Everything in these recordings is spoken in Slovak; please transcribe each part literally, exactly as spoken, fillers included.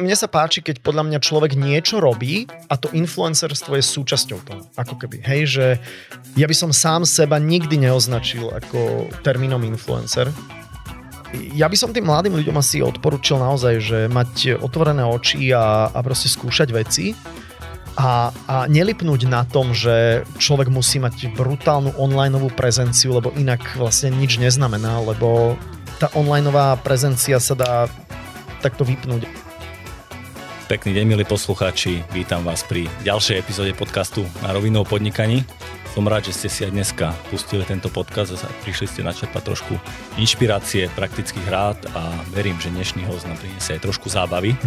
mne sa páči, keď podľa mňa človek niečo robí a to influencerstvo je súčasťou toho. Ako keby, hej, že ja by som sám seba nikdy neoznačil ako termínom influencer. Ja by som tým mladým ľuďom asi odporučil naozaj, že mať otvorené oči a, a proste skúšať veci a, a nelipnúť na tom, že človek musí mať brutálnu onlineovú prezenciu, lebo inak vlastne nič neznamená, lebo tá onlineová prezencia sa dá takto vypnúť. Pekný deň, milí poslucháči, vítam vás pri ďalšej epizóde podcastu Na rovinu o podnikaní. Som rád, že ste si aj dneska pustili tento podcast a prišli ste načerpať trošku inšpirácie, praktických rád a verím, že dnešný host nám priniesie aj trošku zábavy.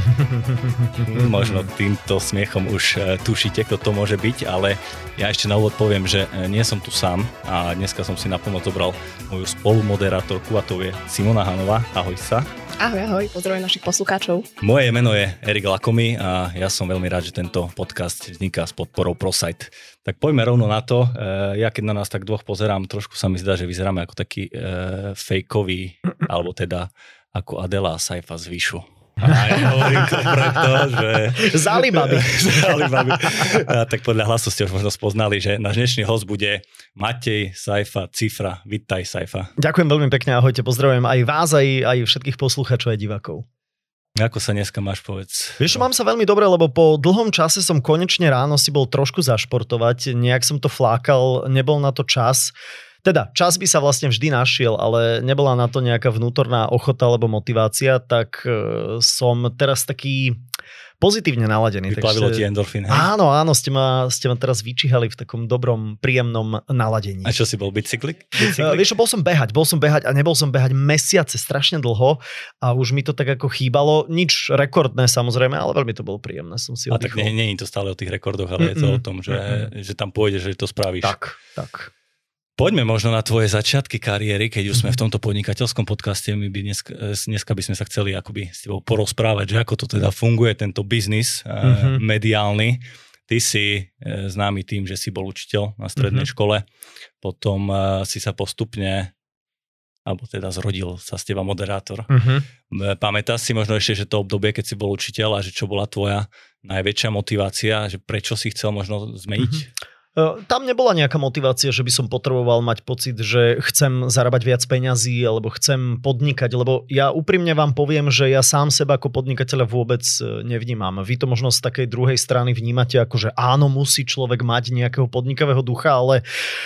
Možno týmto smiechom už tušíte, kto to môže byť, ale ja ešte na úvod poviem, že nie som tu sám a dneska som si na pomoc zobral moju spolumoderátorku a to je Simona Hanová. Ahoj sa. Ahoj, ahoj, pozdravujem našich poslucháčov. Moje meno je Erik Lakomy a ja som veľmi rád, že tento podcast vzniká s podporou ProSite. Tak poďme rovno na to. Ja keď na nás tak dvoch pozerám, trošku sa mi zdá, že vyzeráme ako taký e, fejkový, alebo teda ako Adela a Saifa z Vyšu. A ja hovorím to preto, že... Zálibaby. Zálibaby. A tak podľa hlasu ste už možno spoznali, že náš dnešný host bude Matej Saifa Cifra. Vítaj, Saifa. Ďakujem veľmi pekne, ahojte, pozdravujem aj vás, aj, aj všetkých poslucháčov, aj divákov. Ako sa dneska máš, povedz? Vieš, mám sa veľmi dobre, lebo po dlhom čase som konečne ráno si bol trošku zašportovať, nejak som to flákal, nebol na to čas. Teda, čas by sa vlastne vždy našiel, ale nebola na to nejaká vnútorná ochota alebo motivácia, tak e, som teraz taký pozitívne naladený. Vyplavilo ti endorfín, hej? Áno, áno, ste ma, ste ma teraz vyčíhali v takom dobrom, príjemnom naladení. A čo si bol, bicyklik? Uh, vieš, bol som behať, bol som behať a nebol som behať mesiace, strašne dlho a už mi to tak ako chýbalo. Nič rekordné samozrejme, ale veľmi to bolo príjemné. Som si a tak nie, nie je to stále o tých rekordoch, ale Mm-mm. je to o tom, že, že tam pôjdeš, že to spravíš. Tak, tak. Poďme možno na tvoje začiatky kariéry, keď už sme v tomto podnikateľskom podcaste, my by dneska, dneska by sme sa chceli akoby s tebou porozprávať, že ako to teda funguje, tento biznis mm-hmm. mediálny. Ty si známy tým, že si bol učiteľ na strednej mm-hmm. škole, potom si sa postupne, alebo teda zrodil sa z teba moderátor. Mm-hmm. Pamätáš si možno ešte, že to obdobie, keď si bol učiteľ a že čo bola tvoja najväčšia motivácia, že prečo si chcel možno zmeniť? Mm-hmm. Tam nebola nejaká motivácia, že by som potreboval mať pocit, že chcem zarábať viac peňazí alebo chcem podnikať, lebo ja úprimne vám poviem, že ja sám seba ako podnikateľa vôbec nevnímam. Vy to možno z takej druhej strany vnímate ako, že áno, musí človek mať nejakého podnikavého ducha, ale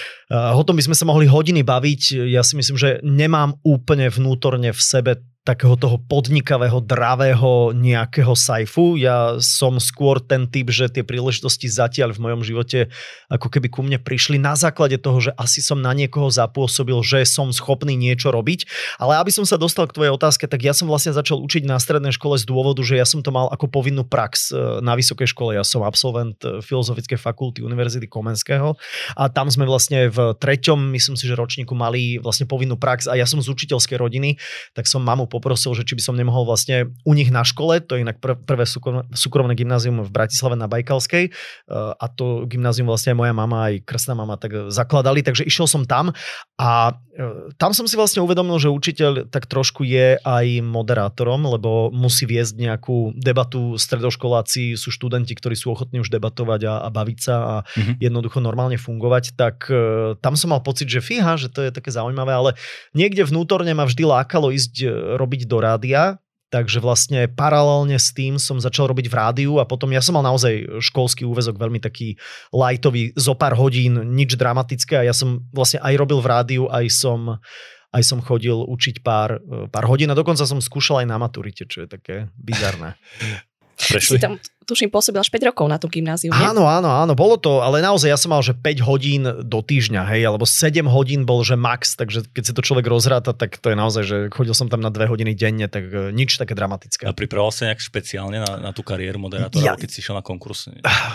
o tom by sme sa mohli hodiny baviť. Ja si myslím, že nemám úplne vnútorne v sebe takého toho podnikavého, dravého nejakého Saifu. Ja som skôr ten typ, že tie príležitosti zatiaľ v mojom živote ako keby ku mne prišli na základe toho, že asi som na niekoho zapôsobil, že som schopný niečo robiť. Ale aby som sa dostal k tvojej otázke, tak ja som vlastne začal učiť na strednej škole z dôvodu, že ja som to mal ako povinnú prax na vysokej škole. Ja som absolvent Filozofickej fakulty Univerzity Komenského a tam sme vlastne v treťom, myslím si, že ročníku mali vlastne povinnú prax a ja som z učiteľskej rodiny, tak som mamu poprosil, že či by som nemohol vlastne u nich na škole, to je inak pr- prvé súkromné, súkromné gymnázium v Bratislave na Bajkalskej a to gymnázium vlastne aj moja mama, aj krstná mama tak zakladali, takže išiel som tam a tam som si vlastne uvedomil, že učiteľ tak trošku je aj moderátorom, lebo musí viesť nejakú debatu, stredoškoláci sú študenti, ktorí sú ochotní už debatovať a, a baviť sa a mm-hmm. jednoducho normálne fungovať, tak tam som mal pocit, že fíha, že to je také zaujímavé, ale niekde vnútorne ma vždy lákalo ísť robiť do rádia, takže vlastne paralelne s tým som začal robiť v rádiu a potom ja som mal naozaj školský úväzok veľmi taký lightový, zo pár hodín, nič dramatické a ja som vlastne aj robil v rádiu, aj som, aj som chodil učiť pár, pár hodín a dokonca som skúšal aj na maturite, čo je také bizarné. Prešli? Si tam, tuším, pôsobil až päť rokov na tom gymnáziu. Áno, áno, áno, bolo to, ale naozaj ja som mal, že päť hodín do týždňa, hej, alebo sedem hodín bol, že max, takže keď si to človek rozráta, tak to je naozaj, že chodil som tam na dve hodiny denne, tak nič také dramatické. A pripravoval sa nejak špeciálne na, na tú kariéru moderátora, ja, keď si išiel na konkurs?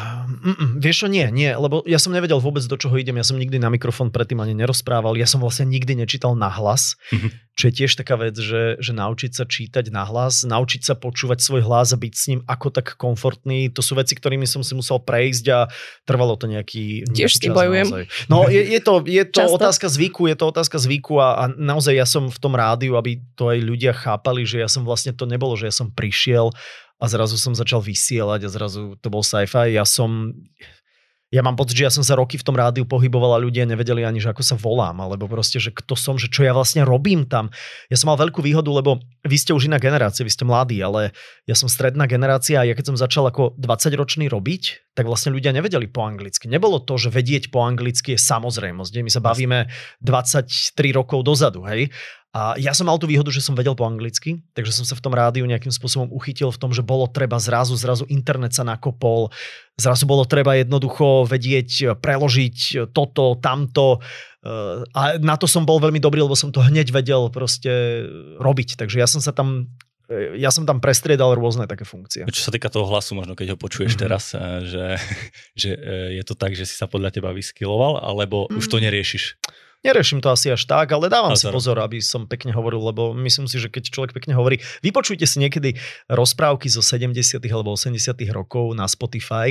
Mm, vieš čo, nie, nie, lebo ja som nevedel vôbec, do čoho idem, ja som nikdy na mikrofón predtým ani nerozprával, ja som vlastne nikdy nečítal nahlas, mm-hmm. čo je tiež taká vec, že, že naučiť sa čítať nahlas, naučiť sa počúvať svoj hlas a byť s ním ako tak komfortný, to sú veci, ktorými som si musel prejsť a trvalo to nejaký, tiež nejaký čas. Bojujem. Naozaj. No je, je to, je to otázka zvyku, je to otázka zvyku a, a naozaj ja som v tom rádiu, aby to aj ľudia chápali, že ja som vlastne to nebolo, že ja som prišiel a zrazu som začal vysielať a zrazu to bol sci-fi. Ja som... Ja mám pocit, že ja som sa roky v tom rádiu pohyboval a ľudia nevedeli ani, že ako sa volám, alebo proste, že kto som, že čo ja vlastne robím tam. Ja som mal veľkú výhodu, lebo vy ste už iná generácia, vy ste mladí, ale ja som stredná generácia a ja keď som začal ako dvadsaťročný robiť, tak vlastne ľudia nevedeli po anglicky. Nebolo to, že vedieť po anglicky je samozrejmosť. My sa bavíme dvadsaťtri rokov dozadu, hej. A ja som mal tú výhodu, že som vedel po anglicky, takže som sa v tom rádiu nejakým spôsobom uchytil v tom, že bolo treba zrazu, zrazu internet sa nakopol, zrazu bolo treba jednoducho vedieť, preložiť toto, tamto. A na to som bol veľmi dobrý, lebo som to hneď vedel proste robiť. Takže ja som sa tam ja som tam prestriedal rôzne také funkcie. Čo sa týka toho hlasu, možno keď ho počuješ mm-hmm. teraz, že, že je to tak, že si sa podľa teba vyskyloval, alebo mm. už to neriešiš? Neriešim to asi až tak, ale dávam si pozor, aby som pekne hovoril, lebo myslím si, že keď človek pekne hovorí, vypočujte si niekedy rozprávky zo sedemdesiatych alebo osemdesiatych rokov na Spotify,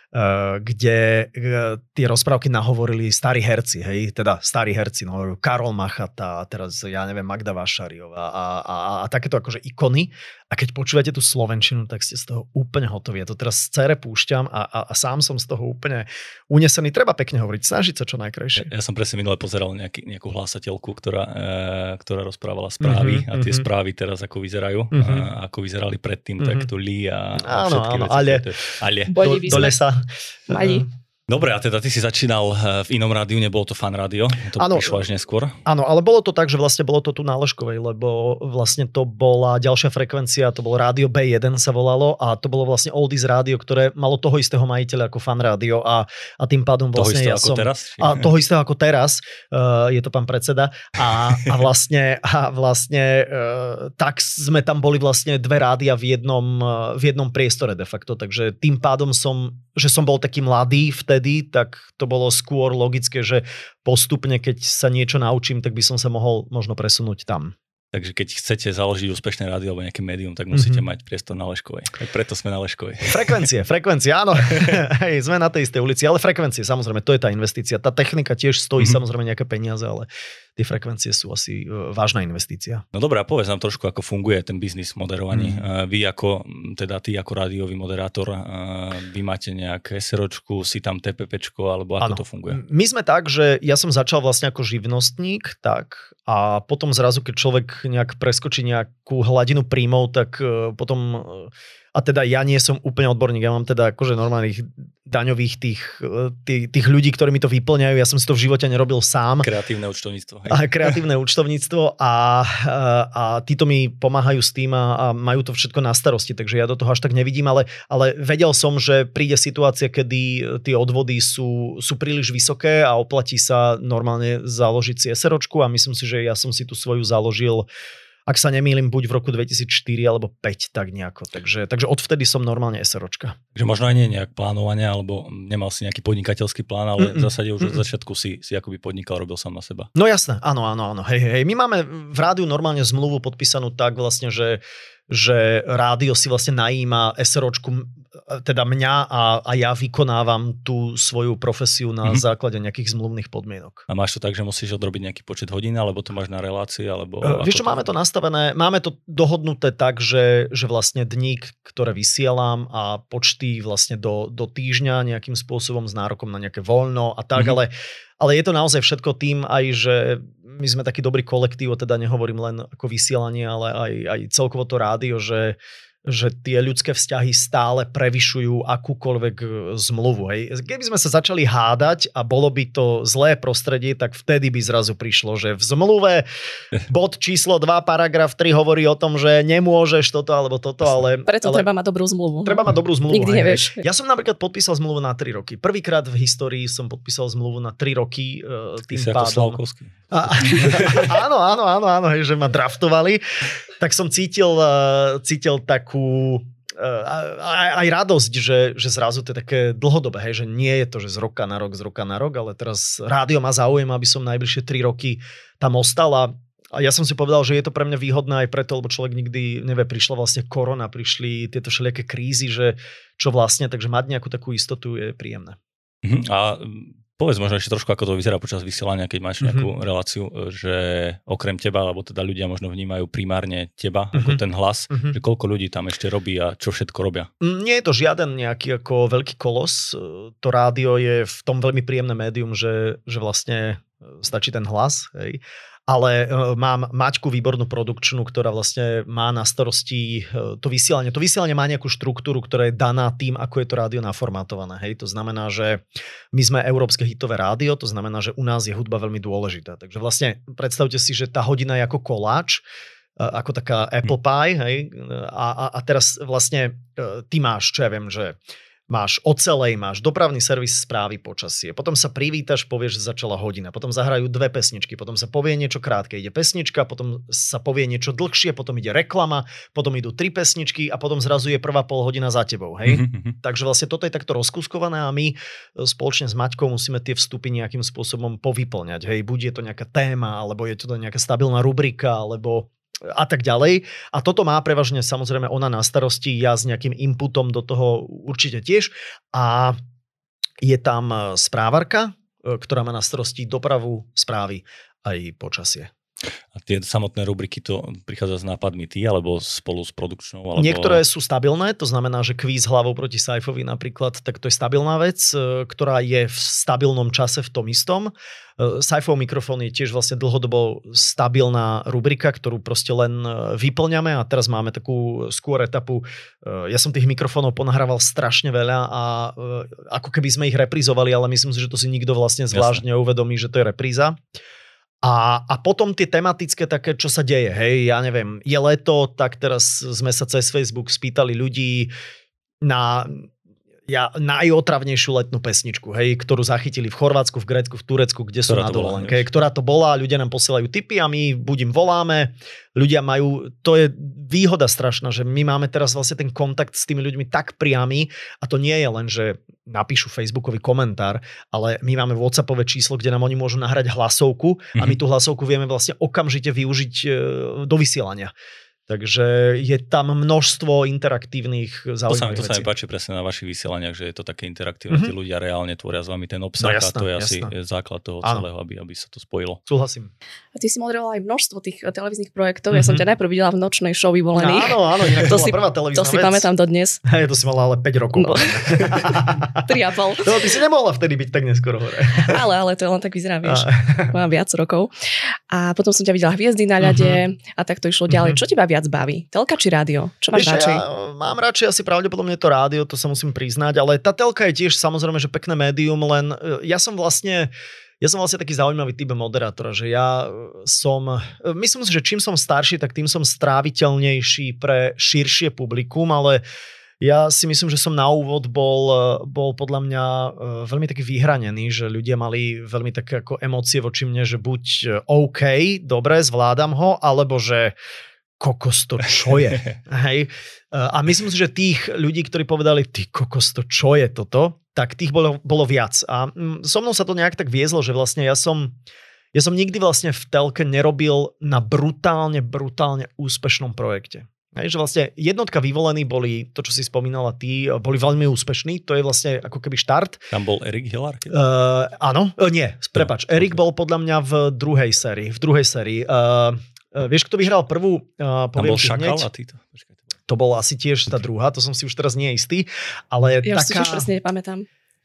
kde tie rozprávky nahovorili starí herci, hej, teda starí herci, no Karol Machata, teraz ja neviem, Magda Vašariová a, a, a takéto akože ikony. A keď počúvate tú slovenčinu, tak ste z toho úplne hotoví. Ja to teraz z cére púšťam a, a, a sám som z toho úplne unesený. Treba pekne hovoriť, snažiť sa čo najkrajšie. Ja, ja som presne minule pozeral nejaký, nejakú hlásateľku, ktorá, e, ktorá rozprávala správy mm-hmm, a tie mm-hmm. správy teraz ako vyzerajú, mm-hmm. a ako vyzerali predtým, mm-hmm. tak to Lí a, a áno, všetky áno, veci. ale, ale. Do, do lesa. Mali. Dobre, a teda ty si začínal v inom rádiu, nebolo to Fan rádio? To ano, prišlo až neskôr? Áno, ale bolo to tak, že vlastne bolo to tu na Leškovej, lebo vlastne to bola ďalšia frekvencia, to bolo rádio bé jeden sa volalo a to bolo vlastne Oldies rádio, ktoré malo toho istého majiteľa ako Fan rádio a, a tým pádom vlastne toho ja som... Teraz? A toho istého ako teraz, uh, je to pán predseda a, a vlastne, a vlastne uh, tak sme tam boli vlastne dve rádia v jednom, uh, v jednom priestore de facto, takže tým pádom som, že som bol taký mladý v Vtedy, tak to bolo skôr logické, že postupne, keď sa niečo naučím, tak by som sa mohol možno presunúť tam. Takže keď chcete založiť úspešné rádio alebo nejaké médium, tak musíte mm-hmm. mať priestor na Leškovej. Tak preto sme na Leškovej. Frekvencie, frekvencie, áno. Hej, sme na tej istej ulici, ale frekvencie, samozrejme, to je tá investícia. Tá technika tiež stojí mm-hmm. samozrejme nejaké peniaze, ale tie frekvencie sú asi vážna investícia. No dobré, a povedz nám trošku, ako funguje ten biznis moderovaní. Mm. Vy ako, teda ty ako rádiový moderátor, vy máte nejaké SROčku, si tam TPPčko, alebo ako ano. To funguje? My sme tak, že ja som začal vlastne ako živnostník, tak a potom zrazu, keď človek nejak preskočí nejakú hladinu príjmov, tak potom... A teda ja nie som úplne odborník, ja mám teda akože normálnych daňových tých, tých, tých ľudí, ktorí mi to vyplňajú, ja som si to v živote nerobil sám. Kreatívne účtovníctvo. Hej. A kreatívne účtovníctvo a, a, a títo mi pomáhajú s tým a, a majú to všetko na starosti, takže ja do toho až tak nevidím, ale, ale vedel som, že príde situácia, kedy tie odvody sú, sú príliš vysoké a oplatí sa normálne založiť si SROčku a myslím si, že ja som si tu svoju založil, ak sa nemýlim, buď v roku dvetisícštyri alebo päť, tak nejako. Takže, takže odvtedy som normálne SROčka. Takže možno aj nie nejak plánovania, alebo nemal si nejaký podnikateľský plán, ale Mm-mm. v zásade už od začiatku si, si akoby podnikal, robil sám na seba. No jasné, áno, áno, áno. Hej, hej. My máme v rádiu normálne zmluvu podpísanú tak vlastne, že že rádio si vlastne najíma SROčku, teda mňa a, a ja vykonávam tú svoju profesiu na mm-hmm. základe nejakých zmluvných podmienok. A máš to tak, že musíš odrobiť nejaký počet hodín, alebo to máš na relácii? Alebo uh, vieš čo, máme to nastavené, máme to dohodnuté tak, že, že vlastne dní, ktoré vysielam a počty vlastne do, do týždňa nejakým spôsobom s nárokom na nejaké voľno a tak, mm-hmm. ale Ale je to naozaj všetko tým aj, že my sme taký dobrý kolektív, teda nehovorím len ako vysielanie, ale aj, aj celkovo to rádio, že, že tie ľudské vzťahy stále prevyšujú akúkoľvek zmluvu. Hej. Keby sme sa začali hádať a bolo by to zlé prostredie, tak vtedy by zrazu prišlo, že v zmluve bod číslo dva, paragraf tri hovorí o tom, že nemôžeš toto alebo toto, ale... Preto ale treba mať dobrú zmluvu. Treba mať dobrú zmluvu. Nikdy hej, nevieš. Hej. Ja som napríklad podpísal zmluvu na tri roky. Prvýkrát v histórii som podpísal zmluvu na tri roky. Tým Ty si pádom... ako Slavkovský. A, áno, áno, áno, áno, hej, že ma draftovali. Tak som cítil, cítil takú aj, aj radosť, že, že zrazu to je také dlhodobé, hej, že nie je to, že z roka na rok, z roka na rok, ale teraz rádio ma záujem, aby som najbližšie tri roky tam ostal a A ja som si povedal, že je to pre mňa výhodné aj preto, lebo človek nikdy nevie, prišla vlastne korona, prišli tieto všelijaké krízy, že čo vlastne, takže mať nejakú takú istotu je príjemné. A Povedz možno ešte trošku, ako to vyzerá počas vysielania, keď máš nejakú mm-hmm. reláciu, že okrem teba, alebo teda ľudia možno vnímajú primárne teba, mm-hmm. ako ten hlas, mm-hmm. že koľko ľudí tam ešte robí a čo všetko robia? Nie je to žiaden nejaký ako veľký kolos. To rádio je v tom veľmi príjemné médium, že, že vlastne stačí ten hlas, hej. Ale mám Maťku výbornú produkčnú, ktorá vlastne má na starosti to vysielanie. To vysielanie má nejakú štruktúru, ktorá je daná tým, ako je to rádio naformátované. Hej? To znamená, že my sme európske hitové rádio, to znamená, že u nás je hudba veľmi dôležitá. Takže vlastne predstavte si, že tá hodina je ako koláč, ako taká apple pie, hej? A, a, a teraz vlastne ty máš, čo ja viem, že máš ocelej, máš dopravný servis, správy, počasie. Potom sa privítaš, povieš, že začala hodina. Potom zahrajú dve pesničky, potom sa povie niečo krátke, ide pesnička, potom sa povie niečo dlhšie, potom ide reklama, potom idú tri pesničky a potom zrazu je prvá pol hodina za tebou. Hej? Mm-hmm. Takže vlastne toto je takto rozkuskované a my spoločne s Maťkou musíme tie vstupy nejakým spôsobom povyplňať. Hej? Buď je to nejaká téma, alebo je to nejaká stabilná rubrika, alebo a tak ďalej. A toto má prevažne samozrejme ona na starosti, ja s nejakým inputom do toho určite tiež. A je tam správarka, ktorá má na starosti dopravu, správy aj počasie. A tie samotné rubriky, to prichádza s nápadmi ty, alebo spolu s produkčnou? Alebo... Niektoré sú stabilné, to znamená, že kvíz hlavou proti Saifovi napríklad, tak to je stabilná vec, ktorá je v stabilnom čase v tom istom. Saifov mikrofón je tiež vlastne dlhodobo stabilná rubrika, ktorú proste len vyplňame a teraz máme takú skôr etapu. Ja som tých mikrofónov ponahrával strašne veľa a ako keby sme ich reprízovali, ale myslím si, že to si nikto vlastne zvlášť neuvedomí, že to je repríza. A, a potom tie tematické také, čo sa deje, hej, ja neviem, je leto, tak teraz sme sa cez Facebook spýtali ľudí na ja, najotravnejšiu letnú pesničku, hej, ktorú zachytili v Chorvátsku, v Grécku, v Turecku, kde sú na dovolenke, ktorá to bola, ľudia nám posielajú tipy a my buď im voláme, ľudia majú, to je výhoda strašná, že my máme teraz vlastne ten kontakt s tými ľuďmi tak priamy a to nie je len, že napíšu facebookový komentár, ale my máme WhatsAppové číslo, kde nám oni môžu nahrať hlasovku mm-hmm. a my tú hlasovku vieme vlastne okamžite využiť do vysielania. Takže je tam množstvo interaktívnych zaujímavých vecí. To sa mi páči presne na vašich vysielaniach, že je to také interaktívne, mm-hmm. tí ľudia reálne tvoria s vami ten obsah no, jasná, a to je jasná. Asi základ toho celého, aby, aby sa to spojilo. Súhlasím. A ty si moderoval aj množstvo tých televíznych projektov. Mm-hmm. Ja som ťa najprv videla v nočnej show Vyvolených. Áno, áno, inak to, to bola prvá televízna vec. To si pamätám dodnes. Hej, to si mala ale päť rokov. No. tri a pol. No, ty si nemohla vtedy byť tak neskoro hore. ale, ale to je len tak vyzerá, vieš. Mám viac rokov. A potom som ťa videla Hviezdy na ľade mm-hmm. a tak to išlo ďalej. Mm-hmm. Čo teba viac baví? Telka či rádio? Čo máš Víš, radšej? Ja mám radšej asi pravdepodobne to rádio, to sa musím priznať, ale tá telka je tiež samozrejme, že pekné médium, len ja som vlastne ja som vlastne taký zaujímavý typ moderátora, že ja som, myslím si, že čím som starší, tak tým som stráviteľnejší pre širšie publikum, ale ja si myslím, že som na úvod bol, bol podľa mňa veľmi taký vyhranený, že ľudia mali veľmi také ako emócie voči mne, že buď OK, dobre, zvládam ho, alebo že kokos to čo je. Hej. A myslím si, že tých ľudí, ktorí povedali, ty kokos to čo je toto, tak tých bolo, bolo viac. A so mnou sa to nejak tak viezlo, že vlastne ja som, ja som nikdy vlastne v telke nerobil na brutálne, brutálne úspešnom projekte. Hej, že vlastne jednotka Vyvolení boli, to čo si spomínala ty, boli veľmi úspešní, to je vlastne ako keby štart. Tam bol Erik Hilár? Uh, áno, uh, nie, prepáč, no, Erik okay. bol podľa mňa v druhej sérii, v druhej sérii. Uh, Uh, vieš, kto vyhral prvú? Uh, Tam bol Šakal a títo? Počkaj, to bol asi tiež tá druhá, to som si už teraz nie istý. Ale ja taká... si už presne nepamätám.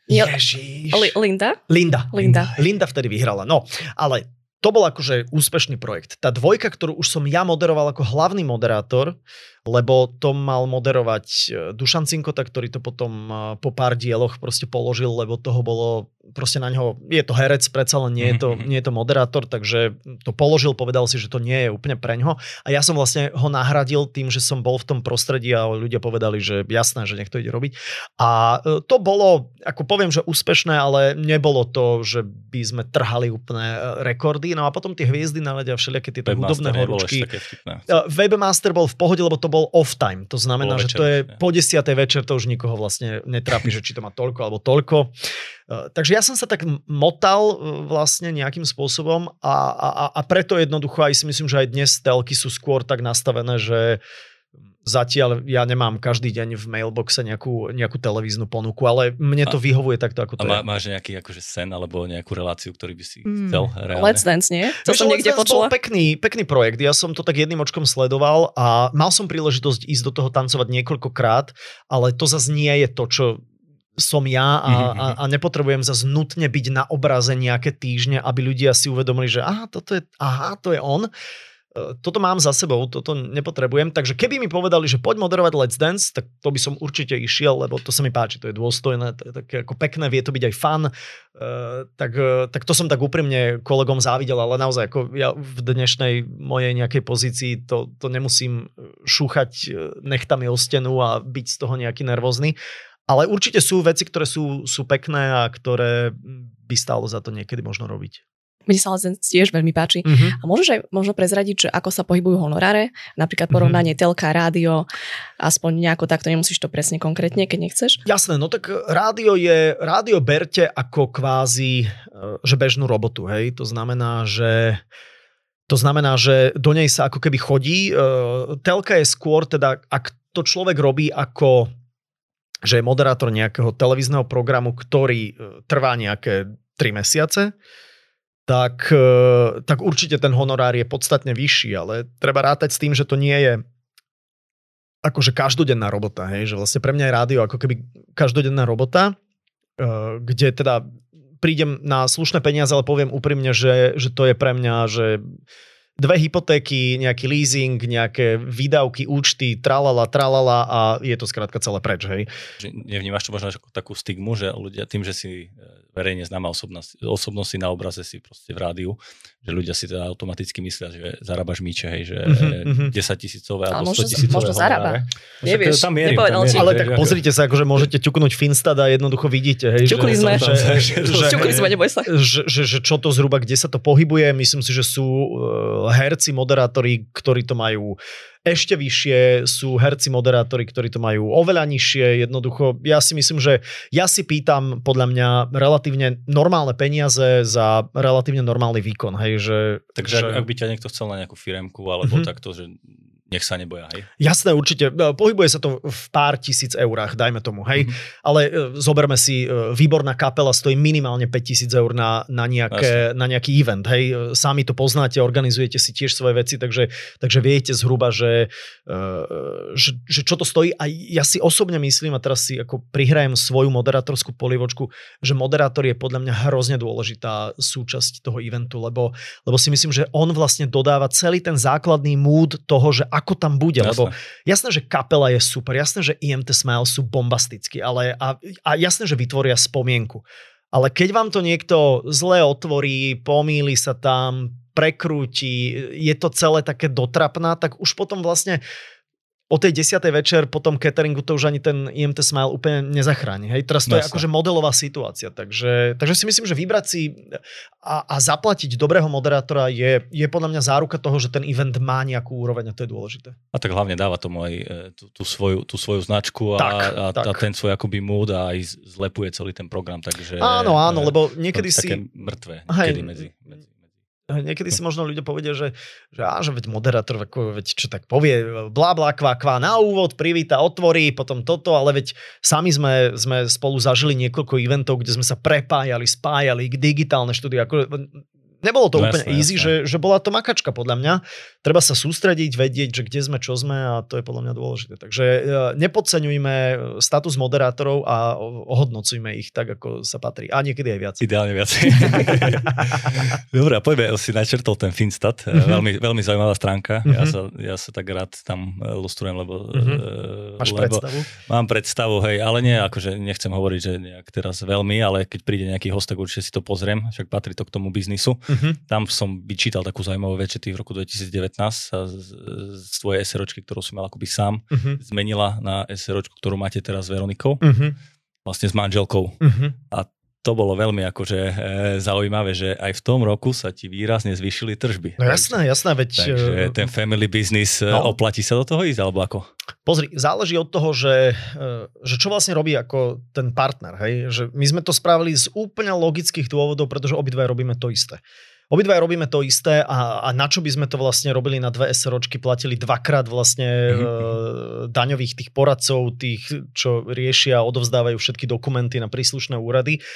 Ježiš. Li- Linda? Linda. Linda. Linda vtedy vyhrala. No, ale to bol akože úspešný projekt. Tá dvojka, ktorú už som ja moderoval ako hlavný moderátor, lebo to mal moderovať Dušan Cinkota, ktorý to potom po pár dieloch proste položil, lebo toho bolo proste na ňo, je to herec, predsa len nie je to, nie je to moderátor, takže to položil, povedal si, že to nie je úplne preňho. A ja som vlastne ho nahradil tým, že som bol v tom prostredí a ľudia povedali, že jasné, že nech to ide robiť. A to bolo, ako poviem, že úspešné, ale nebolo to, že by sme trhali úplne rekordy. No a potom tie hviezdy na ľade a všelijaké tieto hudobné horúčky. Webmaster bol v pohode, lebo to bol off time. To znamená, že to je po desiatej večer, to už nikoho vlastne netrápi, že či to má toľko alebo toľko. Takže ja som sa tak motal vlastne nejakým spôsobom a, a, a preto jednoducho aj si myslím, že aj dnes telky sú skôr tak nastavené, že Zatiaľ ja nemám každý deň v mailboxe nejakú, nejakú televíznu ponuku, ale mne to a, vyhovuje takto, ako to a má, je. máš nejaký akože sen alebo nejakú reláciu, ktorý by si mm. chcel reálne? Let's Dance, nie? To som niekde počula. Bol pekný, pekný projekt. Ja som to tak jedným očkom sledoval a mal som príležitosť ísť do toho tancovať niekoľkokrát, ale to zase nie je to, čo som ja a, a, a nepotrebujem zase nutne byť na obraze nejaké týždne, aby ľudia si uvedomili, že aha, toto je, aha, to je on. Toto mám za sebou, toto nepotrebujem, takže keby mi povedali, že poď moderovať Let's Dance, tak to by som určite išiel, lebo to sa mi páči, to je dôstojné, to je také ako pekné, vie to byť aj fun, uh, tak, uh, tak to som tak úprimne kolegom závidel, ale naozaj ako ja v dnešnej mojej nejakej pozícii to, to nemusím šúchať nechtami o stenu a byť z toho nejaký nervózny, ale určite sú veci, ktoré sú, sú pekné a ktoré by stálo za to niekedy možno robiť. Mne sa ale tiež veľmi páči. Uh-huh. A môžeš aj možno prezradiť, že ako sa pohybujú honoráre? Napríklad porovnanie uh-huh. telka, rádio, aspoň nejako takto, nemusíš to presne konkrétne, keď nechceš? Jasné, no tak rádio je, rádio berte ako kvázi, že bežnú robotu, hej? To znamená, že to znamená, že do nej sa ako keby chodí. Telka je skôr teda, ak to človek robí ako, že je moderátor nejakého televízneho programu, ktorý trvá nejaké tri mesiace, Tak, tak určite ten honorár je podstatne vyšší, ale treba rátať s tým, že to nie je akože každodenná robota, hej? Že vlastne pre mňa je rádio ako keby každodenná robota, kde teda prídem na slušné peniaze, ale poviem úprimne, že, že to je pre mňa, že dve hypotéky, nejaký leasing, nejaké výdavky, účty, tralala, tralala a je to skrátka celé preč, hej. Nevnímaš to možno ako takú stigmu, že ľudia tým, že si verejne známa osobnosť, osobnosti na obraze si proste v rádiu, že ľudia si teda automaticky myslia, že zarábaš míče, hej, že mm-hmm. desaťtisícové alebo stotisícové možno zarába. Nevieš, tam mierim, nepovedal tam ti. Ale tak pozrite sa, akože môžete ťuknúť Finstat a jednoducho vidíte, hej. Ťukli sme. Že, že, že, Ťukli sme, neboj sa. Že, že, že čo to zhruba, kde sa to pohybuje, myslím si, že sú herci, moderátori, ktorí to majú ešte vyššie, sú herci, moderátori, ktorí to majú oveľa nižšie. Jednoducho, ja si myslím, že ja si pýtam podľa mňa relatívne normálne peniaze za relatívne normálny výkon. Hej, že, Takže že... ak by ťa niekto chcel na nejakú firemku alebo mm-hmm. takto, že nech sa neboja, hej? Jasné, určite. Pohybuje sa to v pár tisíc eurách, dajme tomu, hej. Mm-hmm. Ale zoberme si, výborná kapela stojí minimálne päťtisíc eur na, na, nejaké, na nejaký event, hej. Sami to poznáte, organizujete si tiež svoje veci, takže, takže viete zhruba, že, že, že čo to stojí. A ja si osobne myslím, a teraz si ako prihrajem svoju moderátorskú polievočku, že moderátor je podľa mňa hrozne dôležitá súčasť toho eventu, lebo, lebo si myslím, že on vlastne dodáva celý ten základný mood toho, že ako tam bude, jasné. Lebo jasné, že kapela je super, jasné, že í em té Smile sú bombastickí, ale a, a jasné, že vytvoria spomienku. Ale keď vám to niekto zle otvorí, pomýli sa tam, prekrúti, je to celé také dotrapná, tak už potom vlastne o tej desiatej večer po tom cateringu to už ani ten í em té Smile úplne nezachráni. Hej? Teraz to Jasne. Je akože modelová situácia. Takže, takže si myslím, že vybrať si a, a zaplatiť dobrého moderátora je, je podľa mňa záruka toho, že ten event má nejakú úroveň a to je dôležité. A tak hlavne dáva tomu aj tú, tú, svoju, tú svoju značku a, tak, a, tak. a ten svoj akoby mood a aj zlepuje celý ten program. Takže, áno, áno, lebo niekedy si... Také mŕtve niekedy medzi... medzi. Niekedy si možno ľudia povedia, že, že, á, že veď moderátor veď čo tak povie, blá, blá, kvá, kvá na úvod, privíta, otvorí, potom toto, ale veď sami sme, sme spolu zažili niekoľko eventov, kde sme sa prepájali, spájali, digitálne štúdia. Ako, nebolo to no, úplne jasné, easy, jasné. Že, že bola to makačka podľa mňa. Treba sa sústrediť, vedieť, že kde sme, čo sme a to je podľa mňa dôležité. Takže nepodceňujme status moderátorov a ohodnocujme ich tak, ako sa patrí. A niekedy aj viac. Ideálne viac. Dobre, a poďme, si načrtol ten Finstat. Mm-hmm. Veľmi, veľmi zaujímavá stránka. Mm-hmm. Ja, sa, ja sa tak rád tam lustrujem, lebo... Mm-hmm. Máš lebo predstavu? Mám predstavu, hej, ale nie, akože nechcem hovoriť, že nejak teraz veľmi, ale keď príde nejaký host, tak určite si to pozriem, však patrí to k tomu biznisu. Uh-huh. Tam som vyčítal takú zaujímavú vec, že ty v roku dvetisíc devätnásť sa z, z tvojej SROčky, ktorú si mal akoby sám, uh-huh. zmenila na SROčku, ktorú máte teraz s Veronikou, uh-huh. vlastne s manželkou. Uh-huh. A to bolo veľmi akože e, zaujímavé, že aj v tom roku sa ti výrazne zvýšili tržby. No jasné, jasné, veď... Takže ten family business, no. Oplatí sa do toho ísť, alebo ako? Pozri, záleží od toho, že, že čo vlastne robí ako ten partner, hej? Že my sme to spravili z úplne logických dôvodov, pretože obidva robíme to isté. obidva robíme to isté a, a na čo by sme to vlastne robili na dve SROčky, platili dvakrát vlastne mm-hmm. e, daňových tých poradcov, tých, čo riešia a odovzdávajú všetky dokumenty na príslušné úrady, e,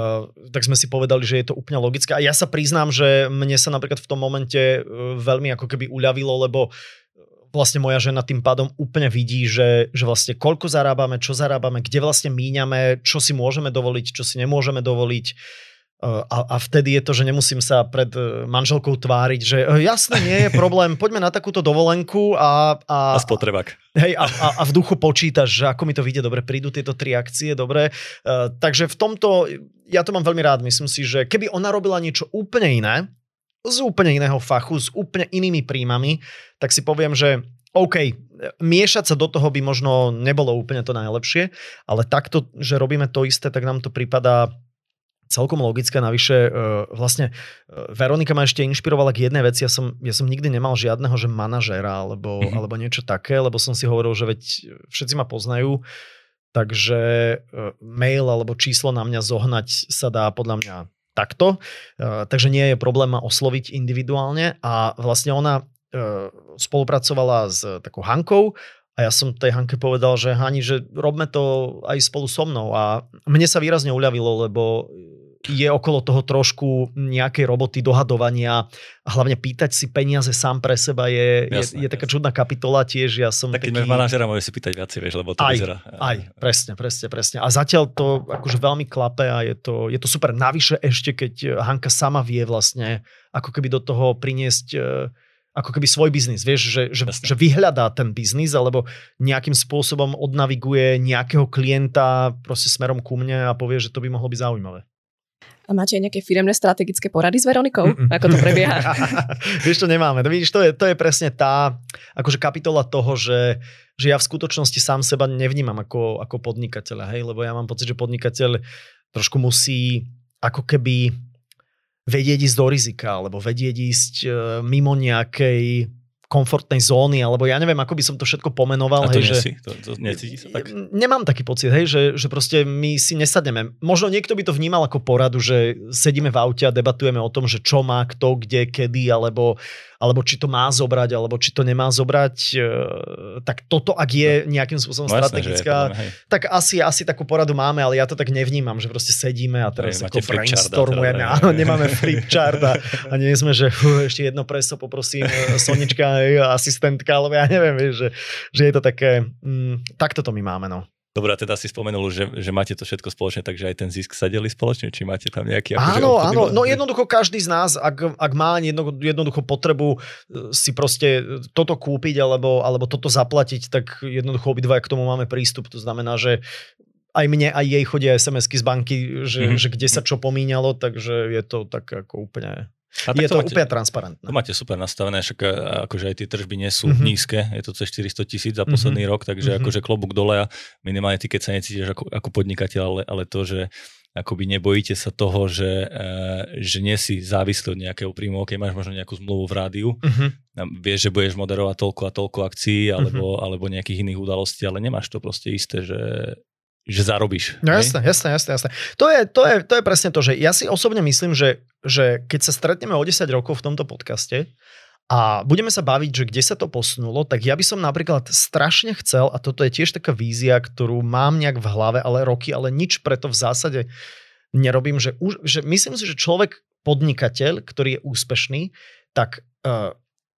tak sme si povedali, že je to úplne logické. A ja sa priznám, že mne sa napríklad v tom momente e, veľmi ako keby uľavilo, lebo vlastne moja žena tým pádom úplne vidí, že, že vlastne koľko zarábame, čo zarábame, kde vlastne míňame, čo si môžeme dovoliť, čo si nemôžeme dovoliť. A, a vtedy je to, že nemusím sa pred manželkou tváriť, že jasne, nie je problém, poďme na takúto dovolenku a... A, a spotrebák. Hej, a, a, a v duchu počítaš, že ako mi to vyjde, dobre, prídu tieto tri akcie, dobre. Uh, takže v tomto, ja to mám veľmi rád, myslím si, že keby ona robila niečo úplne iné, z úplne iného fachu, s úplne inými príjmami, tak si poviem, že OK, miešať sa do toho by možno nebolo úplne to najlepšie, ale takto, že robíme to isté, tak nám to pripadá celkom logické. Navyše vlastne Veronika ma ešte inšpirovala k jednej veci. Ja som, ja som nikdy nemal žiadneho, že manažéra alebo, mm-hmm. alebo niečo také, lebo som si hovoril, že veď všetci ma poznajú, takže mail alebo číslo na mňa zohnať sa dá podľa mňa takto. Takže nie je problém ma osloviť individuálne a vlastne ona spolupracovala s takou Hankou a ja som tej Hanke povedal, že Hani, že robme to aj spolu so mnou a mne sa výrazne uľavilo, lebo je okolo toho trošku nejakej roboty, dohadovania a hlavne pýtať si peniaze sám pre seba je, jasné, je, je taká čudná kapitola tiež. Ja som taký... taký... manažera môže si pýtať viacej, vieš, lebo to aj, vyzerá. Aj, presne, presne, presne. A zatiaľ to akože veľmi klape a je to, je to super. Navyše ešte, keď Hanka sama vie vlastne ako keby do toho priniesť ako keby svoj biznis, vieš, že, že, že vyhľadá ten biznis alebo nejakým spôsobom odnaviguje nejakého klienta proste smerom ku mne a povie, že to by mohlo byť zaujímavé. A máte aj nejaké firemné strategické porady s Veronikou? Mm-mm. Ako to prebieha? Vieš, to nemáme. Vidíš, to je, to je presne tá akože kapitola toho, že, že ja v skutočnosti sám seba nevnímam ako, ako podnikateľa, hej, lebo ja mám pocit, že podnikateľ trošku musí ako keby vedieť ísť do rizika, alebo vedieť ísť mimo nejakej komfortnej zóny, alebo ja neviem, ako by som to všetko pomenoval. A to hej, nie že... si? To, to necíti sa tak? Nemám taký pocit, hej, že, že proste my si nesadneme. Možno niekto by to vnímal ako poradu, že sedíme v aute a debatujeme o tom, že čo má kto, kde, kedy, alebo, alebo či to má zobrať, alebo či to nemá zobrať. Tak toto, ak je nejakým spôsobom no, strategická, jasné, tak asi, asi takú poradu máme, ale ja to tak nevnímam, že proste sedíme a teraz Aj, ako brainstormujeme. Teda, áno, nemáme flipchart a, a nie sme, že fú, ešte jedno preso poprosím Sonička, asistentka, alebo ja neviem, vieš, že, že je to také, mm, takto to my máme, no. Dobre, teda si spomenul, že, že máte to všetko spoločne, takže aj ten zisk sa delí spoločne, či máte tam nejaký... Áno, áno, no jednoducho každý z nás, ak, ak má jednoducho, jednoducho potrebu si proste toto kúpiť alebo, alebo toto zaplatiť, tak jednoducho obidva k tomu máme prístup. To znamená, že aj mne, aj jej chodia es em esky z banky, že, mm-hmm. že kde sa čo pomíňalo, takže je to tak ako úplne... A je to, to máte, úplne transparentné. To máte super nastavené, však akože aj tie tržby nie sú mm-hmm. nízke, je to cez štyristo tisíc za posledný mm-hmm. rok, takže mm-hmm. akože klobúk dole a minimálne ty, keď sa necítiš ako, ako podnikateľ, ale, ale to, že akoby nebojíte sa toho, že, že nie si závislý od nejakého príjmu, keď máš možno nejakú zmluvu v rádiu, mm-hmm. a vieš, že budeš moderovať toľko a toľko akcií alebo, mm-hmm. alebo nejakých iných udalostí, ale nemáš to proste isté, že že zarobíš. No jasné, jasné, jasné, jasné. To je, to, je, to je presne to, že ja si osobne myslím, že, že keď sa stretneme o desať rokov v tomto podcaste a budeme sa baviť, že kde sa to posunulo, tak ja by som napríklad strašne chcel, a toto je tiež taká vízia, ktorú mám nejak v hlave, ale roky, ale nič preto v zásade nerobím, že, už, že myslím si, že človek, podnikateľ, ktorý je úspešný, tak uh,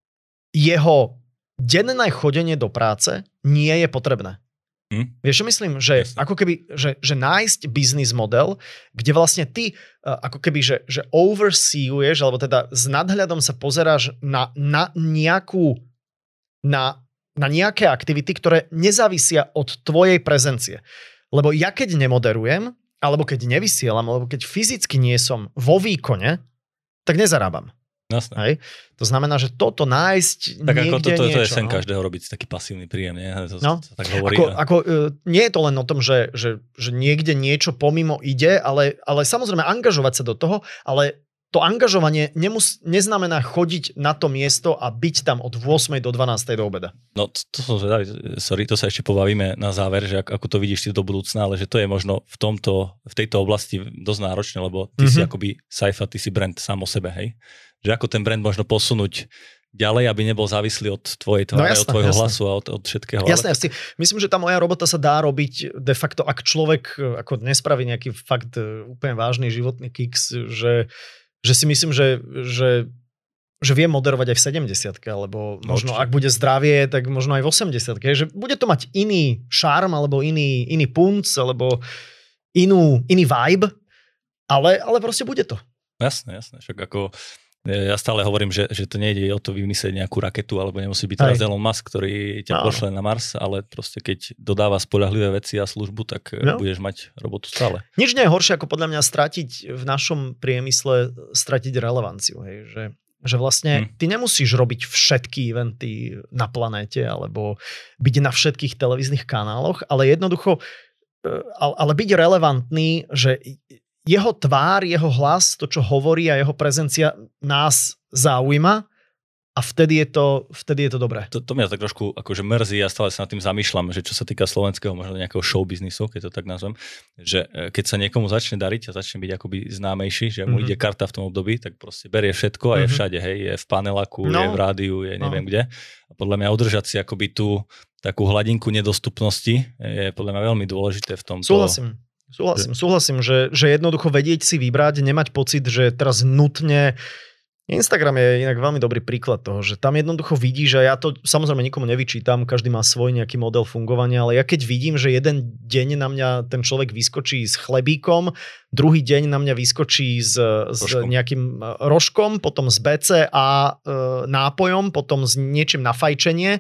jeho denné chodenie do práce nie je potrebné. Hmm. Vieš, čo myslím? Že Jasne. ako keby, že, že nájsť biznis model, kde vlastne ty uh, ako keby, že, že overseeuješ, alebo teda s nadhľadom sa pozeráš na, na nejakú, na, na nejaké aktivity, ktoré nezávisia od tvojej prezencie. Lebo ja keď nemoderujem, alebo keď nevysielam, alebo keď fyzicky nie som vo výkone, tak nezarábam. Jasne. Hej? To znamená, že toto nájsť tak niekde ako to, to, niečo. To je sen no? každého robiť taký pasívny príjem, nie? To, no. to tak hovorí. Ako, ako, nie je to len o tom, že, že, že niekde niečo pomimo ide, ale, ale samozrejme angažovať sa do toho, ale to angažovanie nemus, neznamená chodiť na to miesto a byť tam od ôsmej do dvanástej do obeda. No to, to som zvedavý, sorry, to sa ešte pobavíme na záver, že ako, ako to vidíš ty do budúcna, ale že to je možno v tomto, v tejto oblasti dosť náročné, lebo ty mm-hmm. si akoby Saifa, ty si brand sám o sebe, hej? Že ako ten brand možno posunúť ďalej, aby nebol závislý od tvojej tváre, no jasné, od tvojho jasné. hlasu a od, od všetkého. Jasné, ale... jasne. Myslím, že tá moja robota sa dá robiť de facto, ak človek ako nespraví nejaký fakt úplne vážny životný kiks, že, že si myslím, že, že, že vie moderovať aj v sedemdesiatke, alebo možno Určite. Ak bude zdravie, tak možno aj v osemdesiatke. Že bude to mať iný šarm, alebo iný, iný punc, alebo inú, iný vibe, ale, ale proste bude to. Jasné, jasné. Však ako... Ja stále hovorím, že, že to nejde o to vymyslieť nejakú raketu, alebo nemusí byť teraz Elon Musk, ktorý ťa no. pošle na Mars, ale proste keď dodáva spoľahlivé veci a službu, tak no. budeš mať robotu stále. Nič nie je horšie, ako podľa mňa stratiť v našom priemysle, stratiť relevanciu. Hej? Že, že vlastne hmm. ty nemusíš robiť všetky eventy na planéte, alebo byť na všetkých televíznych kanáloch, ale jednoducho, ale byť relevantný, že jeho tvár, jeho hlas, to, čo hovorí a jeho prezencia nás zaujíma a vtedy je to, vtedy je to dobré. To, to mňa tak trošku akože mrzí, ja stále sa nad tým zamýšľam, že čo sa týka slovenského, možno nejakého show biznisu, keď to tak nazvem, že keď sa niekomu začne dariť a začne byť akoby známejší, že mu mm-hmm. ide karta v tom období, tak proste berie všetko a mm-hmm. je všade, hej, je v panelaku, no. je v rádiu, je neviem no. kde. A podľa mňa udržať si akoby tú takú hladinku nedostupnosti je podľa mňa veľmi dôležité v tomto. Súhlasím. Súhlasím, súhlasím, že, že jednoducho vedieť si vybrať, nemať pocit, že teraz nutne... Instagram je inak veľmi dobrý príklad toho, že tam jednoducho vidíš, že ja to samozrejme nikomu nevyčítam, každý má svoj nejaký model fungovania, ale ja keď vidím, že jeden deň na mňa ten človek vyskočí s chlebíkom, druhý deň na mňa vyskočí s, s nejakým rožkom, potom s bé cé a e, nápojom, potom s niečím na fajčenie, e,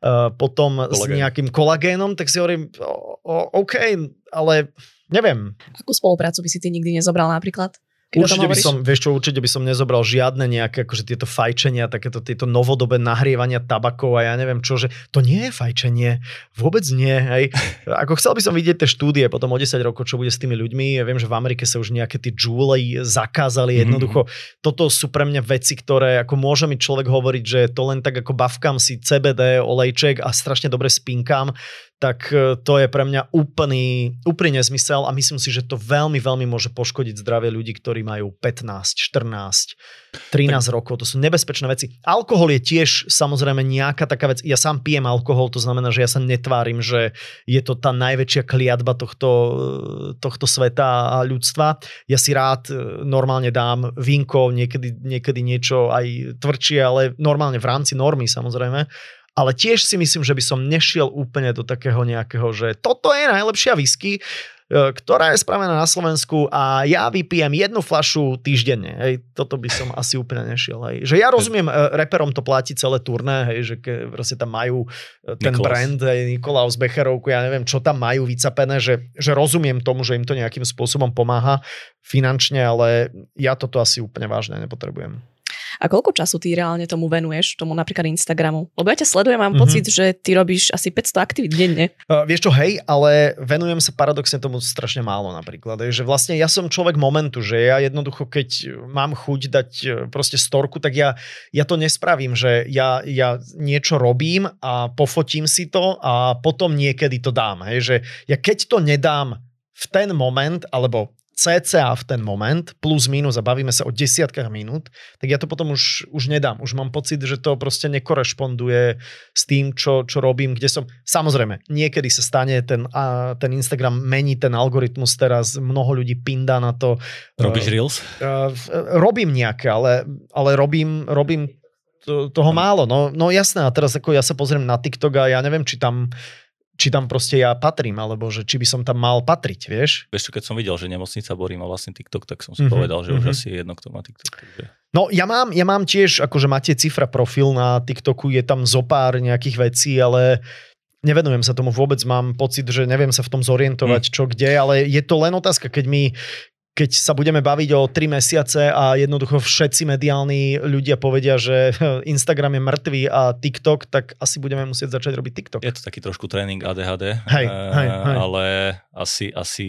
potom Kolagén. S nejakým kolagénom, tak si hovorím, o, o, OK, ale neviem. Akú spoluprácu by si ty nikdy nezobral napríklad? Určite by som, vieš čo, určite by som nezobral žiadne nejaké akože tieto fajčenia, takéto tieto novodobé nahrievania tabakov a ja neviem čo, že to nie je fajčenie, vôbec nie, hej. Ako chcel by som vidieť tie štúdie potom o desať rokov, čo bude s tými ľuďmi, ja viem, že v Amerike sa už nejaké tie džúly zakázali, jednoducho, mm-hmm. toto sú pre mňa veci, ktoré, ako môže mi človek hovoriť, že to len tak ako bavkám si cé bé dé, olejček a strašne dobre spinkám, tak to je pre mňa úplný, úplný nezmysel a myslím si, že to veľmi, veľmi môže poškodiť zdravie ľudí, ktorí majú pätnásť, štrnásť, trinásť tak. rokov. To sú nebezpečné veci. Alkohol je tiež samozrejme nejaká taká vec. Ja sám pijem alkohol, to znamená, že ja sa netvárim, že je to tá najväčšia kliatba tohto, tohto sveta a ľudstva. Ja si rád normálne dám vínko, niekedy, niekedy niečo aj tvrdšie, ale normálne v rámci normy samozrejme. Ale tiež si myslím, že by som nešiel úplne do takého nejakého, že toto je najlepšia whisky, ktorá je spravená na Slovensku a ja vypijem jednu fľašu týždenne. Hej, toto by som asi úplne nešiel. Hej. Že ja rozumiem, reperom to platí celé turné, hej, že ke, proste tam majú ten Nikolaus. brand, hej, Nikolaus Becherovku, ja neviem, čo tam majú vycapené, že, že rozumiem tomu, že im to nejakým spôsobom pomáha finančne, ale ja toto asi úplne vážne nepotrebujem. A koľko času ty reálne tomu venuješ, tomu napríklad Instagramu? Lebo ja ťa sledujem, mám mm-hmm. pocit, že ty robíš asi päťsto aktivít denne. Uh, vieš čo, hej, ale venujem sa paradoxne tomu strašne málo napríklad. Že vlastne ja som človek momentu, že ja jednoducho, keď mám chuť dať proste storku, tak ja, ja to nespravím, že ja, ja niečo robím a pofotím si to a potom niekedy to dám. Hej, že ja keď to nedám v ten moment, alebo cca v ten moment, plus minus a bavíme sa o desiatkách minút, tak ja to potom už, už nedám. Už mám pocit, že to proste nekorešponduje s tým, čo, čo robím, kde som. Samozrejme, niekedy sa stane, ten, a, ten Instagram mení ten algoritmus teraz, mnoho ľudí pindá na to. Robíš Reels? Uh, uh, robím nejaké, ale, ale robím, robím to, toho málo. No, no jasné, a teraz ako ja sa pozriem na TikTok a ja neviem, či tam či tam proste ja patrím, alebo že či by som tam mal patriť, vieš? Vieš čo, keď som videl, že Nemocnica Borí má vlastne TikTok, tak som si mm-hmm. povedal, že mm-hmm. už asi je jedno, kto má TikTok. Takže... No ja mám, ja mám tiež, akože máte Cifra profil na TikToku, je tam zopár nejakých vecí, ale nevenujem sa tomu vôbec, mám pocit, že neviem sa v tom zorientovať, mm. čo kde, ale je to len otázka, keď mi keď sa budeme baviť o tri mesiace a jednoducho všetci mediálni ľudia povedia, že Instagram je mŕtvý a TikTok, tak asi budeme musieť začať robiť TikTok. Je to taký trošku tréning á dé há dé, hej, hej, hej. ale asi, asi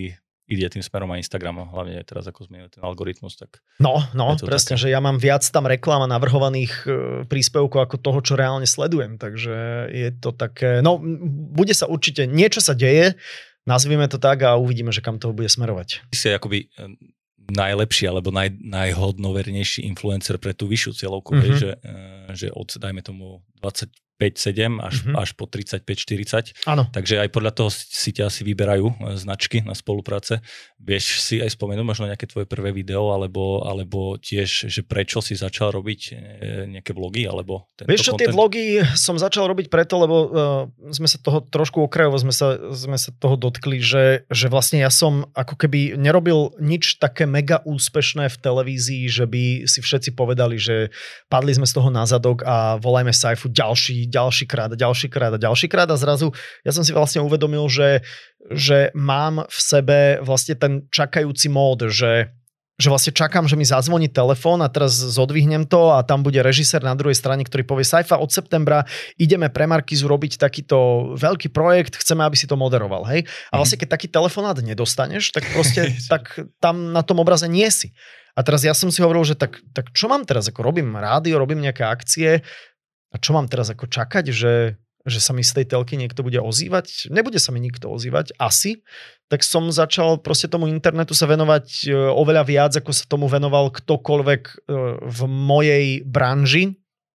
ide tým smerom aj Instagram, hlavne teraz ako zmenil ten algoritmus. Tak no, no, presne, také. Že ja mám viac tam reklám a navrhovaných príspevkov ako toho, čo reálne sledujem, takže je to také, no bude sa určite, niečo sa deje, nazvime to tak a uvidíme, že kam to bude smerovať. Ty si akoby najlepší alebo naj, najhodnovernejší influencer pre tú vyššiu cieľovku, mm-hmm. že, že od, dajme tomu, dvadsaťpäť sedem až, mm-hmm. až po tridsaťpäť štyridsať. Áno. Takže aj podľa toho si ťa asi vyberajú značky na spolupráce. Vieš si aj spomenúť možno nejaké tvoje prvé video, alebo, alebo tiež, že prečo si začal robiť nejaké vlogy, alebo tento Vieš čo, content? Tie vlogy som začal robiť preto, lebo uh, sme sa toho trošku okrajovo sme sa, sme sa toho dotkli, že, že vlastne ja som ako keby nerobil nič také mega úspešné v televízii, že by si všetci povedali, že padli sme z toho na zadok a volajme Saifu ďalší ďalší krát a ďalší krát a ďalší krát a zrazu ja som si vlastne uvedomil, že, že mám v sebe vlastne ten čakajúci mód, že, že vlastne čakám, že mi zazvoní telefón a teraz zodvihnem to a tam bude režisér na druhej strane, ktorý povie Saifa, od septembra ideme pre Markízu robiť takýto veľký projekt, chceme, aby si to moderoval, hej? A vlastne keď taký telefonát nedostaneš, tak proste tak tam na tom obraze nie si. A teraz ja som si hovoril, že tak, tak čo mám teraz, ako robím rádio, robím nejaké akcie. A čo mám teraz ako čakať, že, že sa mi z tej telky niekto bude ozývať? Nebude sa mi nikto ozývať, asi. Tak som začal proste tomu internetu sa venovať oveľa viac, ako sa tomu venoval ktokoľvek v mojej branži.